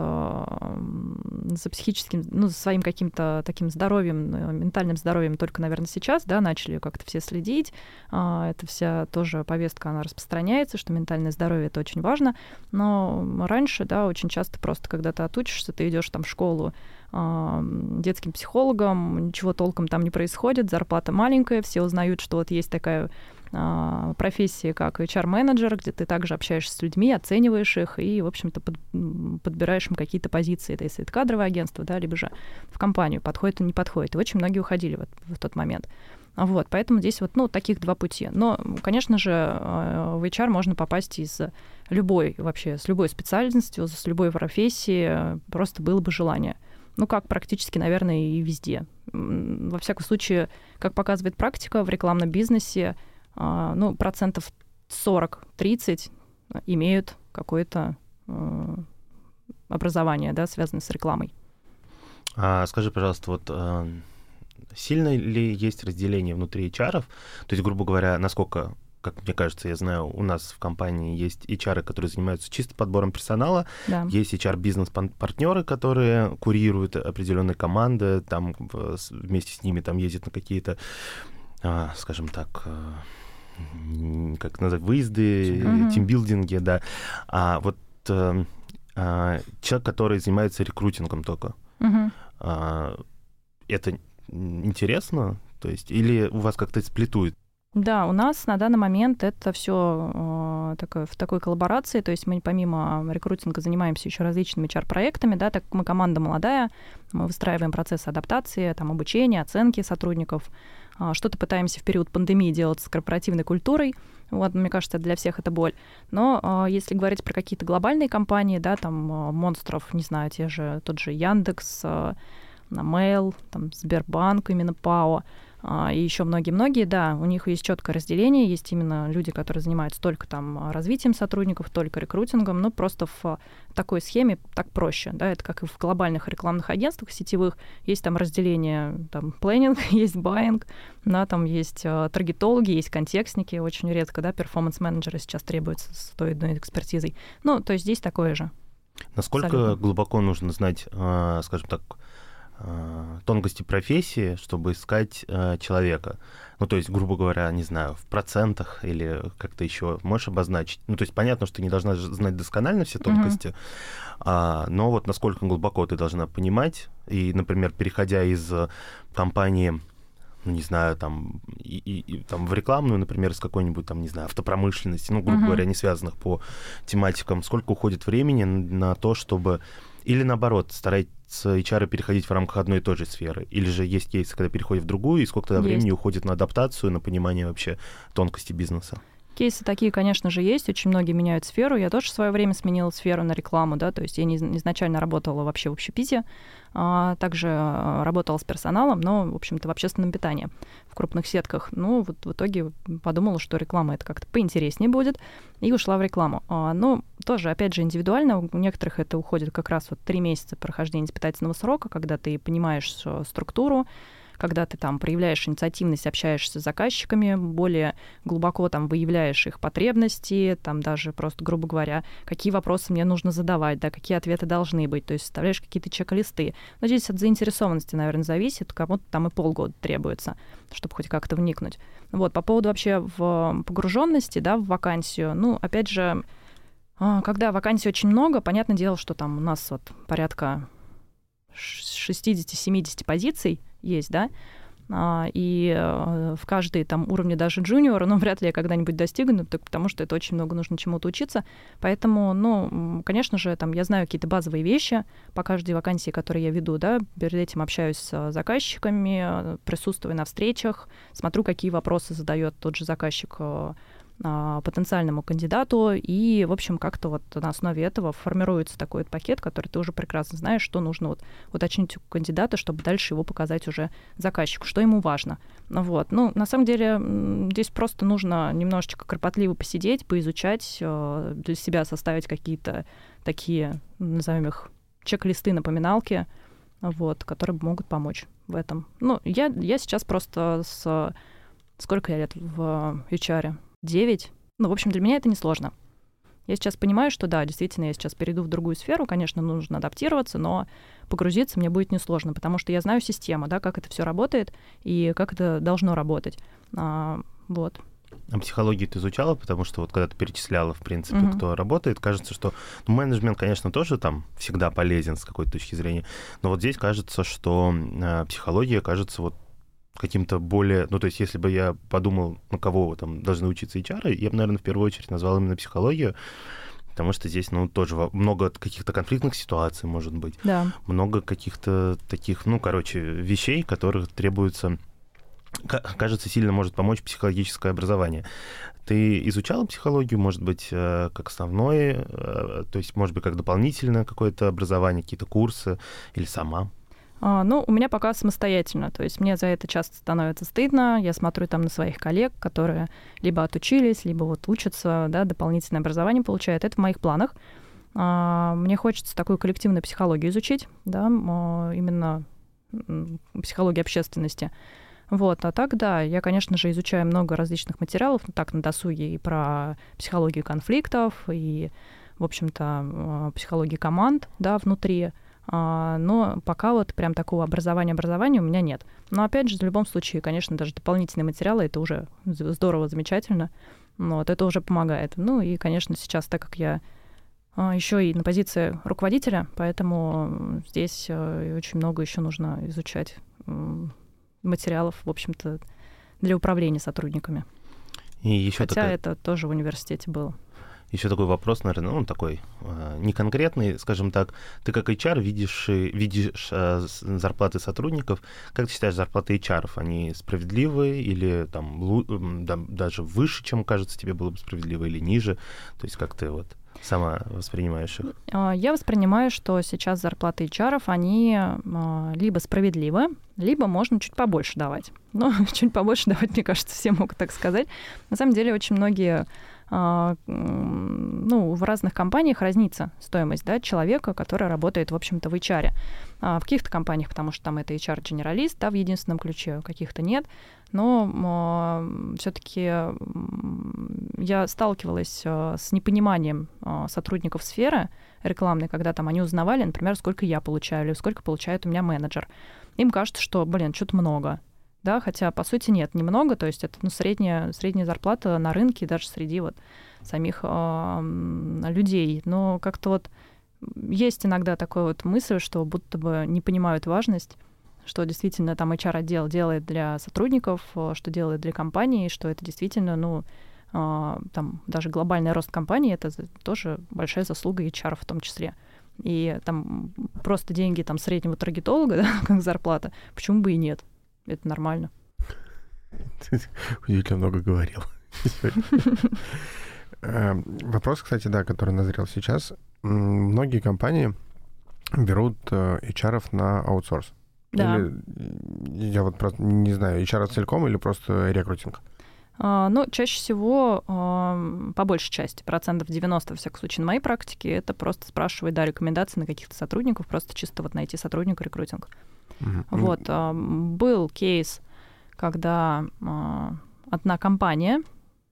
за психическим, ну, за своим каким-то таким здоровьем, ментальным здоровьем только, наверное, сейчас, да, начали как-то все следить. Это вся тоже повестка, она распространяется, что ментальное здоровье — это очень важно. Но раньше, да, очень часто просто, когда ты отучишься, ты идешь там в школу детским психологом, ничего толком там не происходит, зарплата маленькая, все узнают, что вот есть такая профессии, как HR-менеджер, где ты также общаешься с людьми, оцениваешь их и, в общем-то, подбираешь им какие-то позиции. Это если это кадровое агентство, да, либо же в компанию, подходит или не подходит. И очень многие уходили в тот момент. Вот, поэтому здесь вот, ну, таких два пути. Но, конечно же, в HR можно попасть из любой, вообще, с любой специальностью, с любой профессии, просто было бы желание. Ну, как практически, наверное, и везде. Во всяком случае, как показывает практика в рекламном бизнесе, ну, 40-30% имеют какое-то образование, да, связанное с рекламой. Скажи, пожалуйста, вот сильно ли есть разделение внутри HR-ов? То есть, грубо говоря, насколько, как мне кажется, я знаю, у нас в компании есть HR, которые занимаются чисто подбором персонала, да. Есть HR-бизнес-партнеры, которые курируют определенные команды, там вместе с ними там ездят на какие-то, скажем так, как назвать, выезды, тимбилдинги, да. А вот человек, который занимается рекрутингом только, это интересно? То есть, или у вас как-то сплитует? Да, у нас на данный момент это все в такой коллаборации, то есть мы помимо рекрутинга занимаемся еще различными HR-проектами, да, так как мы команда молодая, мы выстраиваем процессы адаптации, там, обучения, оценки сотрудников, что-то пытаемся в период пандемии делать с корпоративной культурой, вот, мне кажется, для всех это боль. Но если говорить про какие-то глобальные компании, да, там, монстров, не знаю, тот же Яндекс, Mail, там, Сбербанк, именно ПАО, и еще многие-многие, да, у них есть четкое разделение, есть именно люди, которые занимаются только там развитием сотрудников, только рекрутингом, но просто в такой схеме так проще, да, это как и в глобальных рекламных агентствах сетевых, есть там разделение, там, планинг, есть байинг, да, там есть таргетологи, есть контекстники, очень редко, да, перформанс-менеджеры сейчас требуются с той одной экспертизой, ну, то есть здесь такое же. Насколько Абсолютно. глубоко нужно знать, скажем так, тонкости профессии, чтобы искать человека? Ну, то есть, грубо говоря, не знаю, в процентах или как-то еще можешь обозначить? Ну, то есть, понятно, что ты не должна знать досконально все тонкости, но вот насколько глубоко ты должна понимать, и, например, переходя из компании, ну, не знаю, там, там в рекламную, например, из какой-нибудь, там, не знаю, автопромышленности, ну, грубо говоря, не связанных по тематикам, сколько уходит времени на то, чтобы... Или, наоборот, старается HR переходить в рамках одной и той же сферы? Или же есть кейсы, когда переходит в другую, и сколько тогда времени уходит на адаптацию, на понимание вообще тонкости бизнеса? Кейсы такие, конечно же, есть. Очень многие меняют сферу. Я тоже в свое время сменила сферу на рекламу, да, то есть я изначально работала вообще в общепите, также работала с персоналом, но, в общем-то, в общественном питании в крупных сетках. Ну, вот в итоге подумала, что реклама это как-то поинтереснее будет, и ушла в рекламу. Но тоже, опять же, индивидуально. У некоторых это уходит как раз вот 3 месяца прохождения испытательного срока, когда ты понимаешь структуру, когда ты там проявляешь инициативность, общаешься с заказчиками, более глубоко там выявляешь их потребности, там даже просто, грубо говоря, какие вопросы мне нужно задавать, да, какие ответы должны быть, то есть составляешь какие-то чек-листы. Но здесь от заинтересованности, наверное, зависит, кому-то там и полгода требуется, чтобы хоть как-то вникнуть. Вот, по поводу вообще в погруженности, да, в вакансию, ну, опять же, когда вакансий очень много, понятное дело, что там у нас вот порядка 60-70 позиций есть, да, и в каждой там уровне даже джуниора, ну, вряд ли я когда-нибудь достигну, потому что это очень много нужно чему-то учиться. Поэтому, ну, конечно же, там я знаю какие-то базовые вещи по каждой вакансии, которые я веду, да, перед этим общаюсь с заказчиками, присутствую на встречах, смотрю, какие вопросы задает тот же заказчик потенциальному кандидату, и, в общем, как-то вот на основе этого формируется такой вот пакет, который ты уже прекрасно знаешь, что нужно вот уточнить у кандидата, чтобы дальше его показать уже заказчику, что ему важно. Вот. Ну, на самом деле, здесь просто нужно немножечко кропотливо посидеть, поизучать, для себя составить какие-то такие, назовем их, чек-листы, напоминалки, вот, которые могут помочь в этом. Ну, я сейчас просто сколько я лет в HR? 9. Ну, в общем, для меня это несложно. Я сейчас понимаю, что да, действительно, я сейчас перейду в другую сферу, конечно, нужно адаптироваться, но погрузиться мне будет несложно, потому что я знаю систему, да, как это все работает и как это должно работать. Вот. А психологию ты изучала? Потому что вот когда ты перечисляла, в принципе, кто работает, кажется, что менеджмент, конечно, тоже там всегда полезен с какой-то точки зрения, но вот здесь кажется, что психология, кажется, вот каким-то более... Ну, то есть, если бы я подумал, на кого там должны учиться HR, я бы, наверное, в первую очередь назвал именно психологию, потому что здесь, ну, тоже много каких-то конфликтных ситуаций, может быть. Да. Много каких-то таких, ну, короче, вещей, которых требуется... Кажется, сильно может помочь психологическое образование. Ты изучала психологию, может быть, как основное, то есть, может быть, как дополнительное какое-то образование, какие-то курсы, или сама? Ну, у меня пока самостоятельно, то есть мне за это часто становится стыдно, я смотрю там на своих коллег, которые либо отучились, либо вот учатся, да, дополнительное образование получают, это в моих планах. Мне хочется такую коллективную психологию изучить, да, именно психологию общественности. Вот, а так, да, я, конечно же, изучаю много различных материалов, ну, так, на досуге и про психологию конфликтов, и, в общем-то, психологию команд, да, внутри. Но пока вот прям такого образования у меня нет. Но опять же, в любом случае, конечно, даже дополнительные материалы, это уже здорово, замечательно. Вот, это уже помогает. Ну и, конечно, сейчас, так как я еще и на позиции руководителя, поэтому здесь очень много еще нужно изучать материалов, в общем-то, для управления сотрудниками. И еще Хотя это тоже в университете было. Еще такой вопрос, наверное, ну, такой не конкретный, скажем так. Ты как HR видишь зарплаты сотрудников. Как ты считаешь, зарплаты HR, они справедливые или там даже выше, чем, кажется, тебе было бы справедливо, или ниже? То есть как ты вот сама воспринимаешь их? Я воспринимаю, что сейчас зарплаты HR, они либо справедливы, либо можно чуть побольше давать. Ну, чуть побольше давать, мне кажется, все могут так сказать. На самом деле очень многие, в разных компаниях разнится стоимость, да, человека, который работает, в общем-то, в HR. В каких-то компаниях, потому что там это HR-генералист, да, в единственном ключе, в каких-то нет. Но все-таки я сталкивалась с непониманием сотрудников сферы рекламной, когда там они узнавали, например, сколько я получаю или сколько получает у меня менеджер. Им кажется, что, что-то много. Да, хотя, по сути, нет, немного, то есть это средняя зарплата на рынке, даже среди вот самих людей. Но как-то вот есть иногда такая вот мысль, что будто бы не понимают важность, что действительно там HR-отдел делает для сотрудников, что делает для компании, что это действительно, там даже глобальный рост компании — это тоже большая заслуга HR в том числе. И там просто деньги там среднего таргетолога, да, как зарплата, почему бы и нет? Это нормально. Ты удивительно много говорил. Вопрос, кстати, да, который назрел сейчас. Многие компании берут HR-ов на аутсорс. Да. Или, я вот просто не знаю, HR целиком или просто рекрутинг? Чаще всего, по большей части, 90%, во всяком случае, на моей практике, это просто спрашивать, да, рекомендации на каких-то сотрудников, просто чисто вот найти сотрудника, рекрутинг. Вот, был кейс, когда одна компания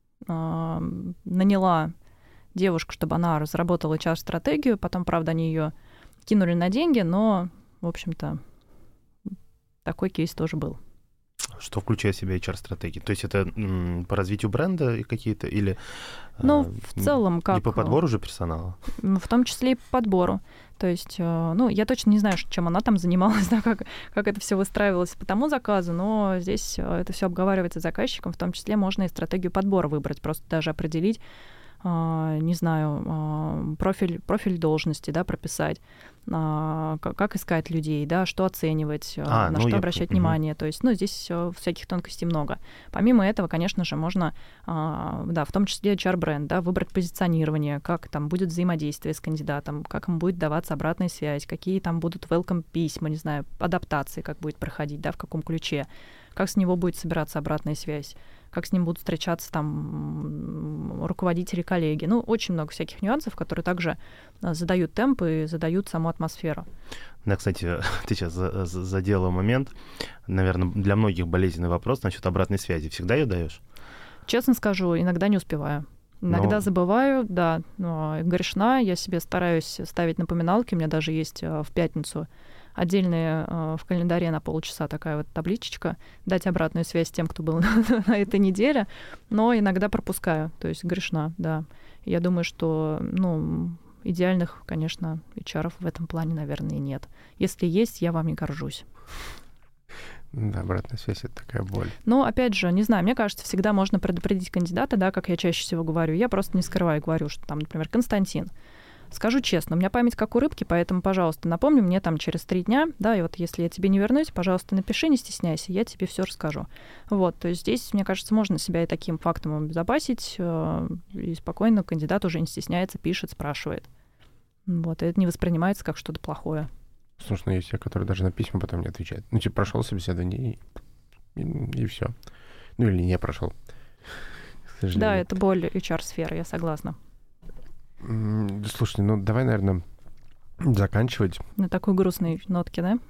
наняла девушку, чтобы она разработала HR-стратегию, потом, правда, они ее кинули на деньги, но, в общем-то, такой кейс тоже был. Что включает в себя HR-стратегии? То есть это по развитию бренда какие-то или в целом как... И по подбору же персонала? В том числе и по подбору. То есть, я точно не знаю, чем она там занималась, да, как это все выстраивалось по тому заказу, но здесь это все обговаривается с заказчиком, в том числе можно и стратегию подбора выбрать, просто даже определить, не знаю, профиль должности, да, прописать, как искать людей, да, что оценивать, на что обращать внимание. То есть, здесь всяких тонкостей много. Помимо этого, конечно же, можно, да, в том числе HR-бренд, да, выбрать позиционирование, как там будет взаимодействие с кандидатом, как ему будет даваться обратная связь, какие там будут welcome письма, не знаю, адаптации, как будет проходить, да, в каком ключе, как с него будет собираться обратная связь, как с ним будут встречаться там руководители, коллеги. Очень много всяких нюансов, которые также задают темп и задают саму атмосферу. Да, кстати, ты сейчас задела момент, наверное, для многих болезненный вопрос насчет обратной связи. Всегда ее даешь? Честно скажу, иногда не успеваю. Иногда забываю, да, грешна. Я себе стараюсь ставить напоминалки. У меня даже есть в пятницу отдельная в календаре на полчаса такая вот табличечка, дать обратную связь тем, кто был на этой неделе, но иногда пропускаю, то есть грешна, да. Я думаю, что, идеальных, конечно, HR-ов в этом плане, наверное, и нет. Если есть, я вами горжусь. Да, обратная связь — это такая боль. Но, опять же, не знаю, мне кажется, всегда можно предупредить кандидата, да, как я чаще всего говорю. Я просто не скрываю, говорю, что там, например, Константин, скажу честно, у меня память как у рыбки, поэтому, пожалуйста, напомни мне там через 3 дня, да, и вот если я тебе не вернусь, пожалуйста, напиши, не стесняйся, я тебе все расскажу. Вот, то есть здесь, мне кажется, можно себя и таким фактом обезопасить, и спокойно кандидат уже не стесняется, пишет, спрашивает. Вот, и это не воспринимается как что-то плохое. Слушай, есть те, которые даже на письма потом не отвечают. Прошел собеседование и все. Или не прошел. Да, это боль HR-сферы, я согласна. Слушай, давай, наверное, заканчивать. На такой грустной нотке, да?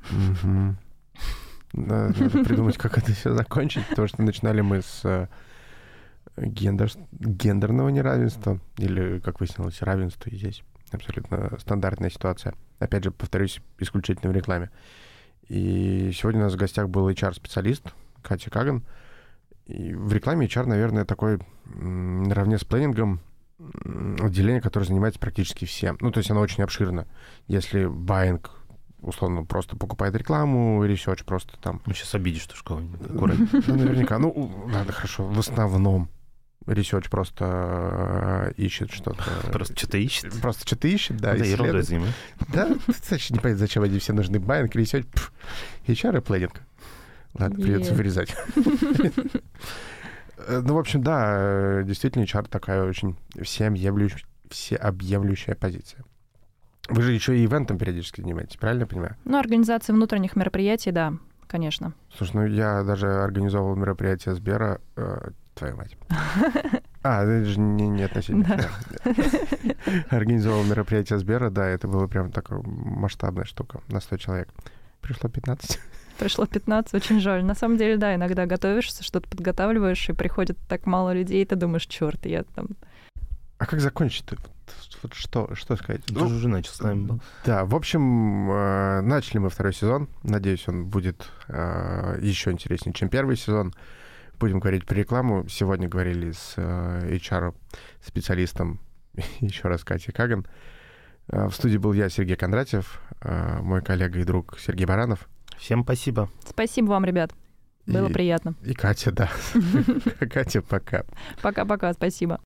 Надо придумать, как это все закончить, потому что начинали мы с гендерного неравенства, или, как выяснилось, равенства, и здесь абсолютно стандартная ситуация. Опять же, повторюсь, исключительно в рекламе. И сегодня у нас в гостях был HR-специалист Катя Каган. И в рекламе HR, наверное, такой наравне с планингом отделение, которое занимается практически всем. То есть оно очень обширно. Если баинг, условно, просто покупает рекламу, ресерч просто там... Сейчас обидишь, что кого-нибудь. Наверняка. Ладно, хорошо. В основном ресерч просто ищет что-то. Просто что-то ищет? Просто что-то ищет, да. Да, ерундой занимается. Да, кстати, не понятно, зачем они все нужны. Баинг, ресерч, HR и планинг. Ладно, придется вырезать. В общем, да, действительно, HR такая очень всеобъемлющая позиция. Вы же еще и ивентом периодически занимаетесь, правильно я понимаю? Ну, организация внутренних мероприятий, да, конечно. Слушай, ну я даже организовывал мероприятие Сбера, твою мать. Это же не относительно тебя. Организовывал мероприятие Сбера, да, это было прям такая масштабная штука на 100 человек. Пришло 15. Пришло 15, очень жаль. На самом деле, да, иногда готовишься, что-то подготавливаешь, и приходит так мало людей, и ты думаешь, черт, я там... А как закончить-то? Вот что сказать? Ты уже начал с нами был. Да, в общем, начали мы второй сезон. Надеюсь, он будет еще интереснее, чем первый сезон. Будем говорить про рекламу. Сегодня говорили с HR-специалистом, еще раз Катей Каган. В студии был я, Сергей Кондратьев, мой коллега и друг Сергей Баранов. Всем спасибо. Спасибо вам, ребят. Было приятно. И Катя, да. Катя, пока. Пока-пока, спасибо.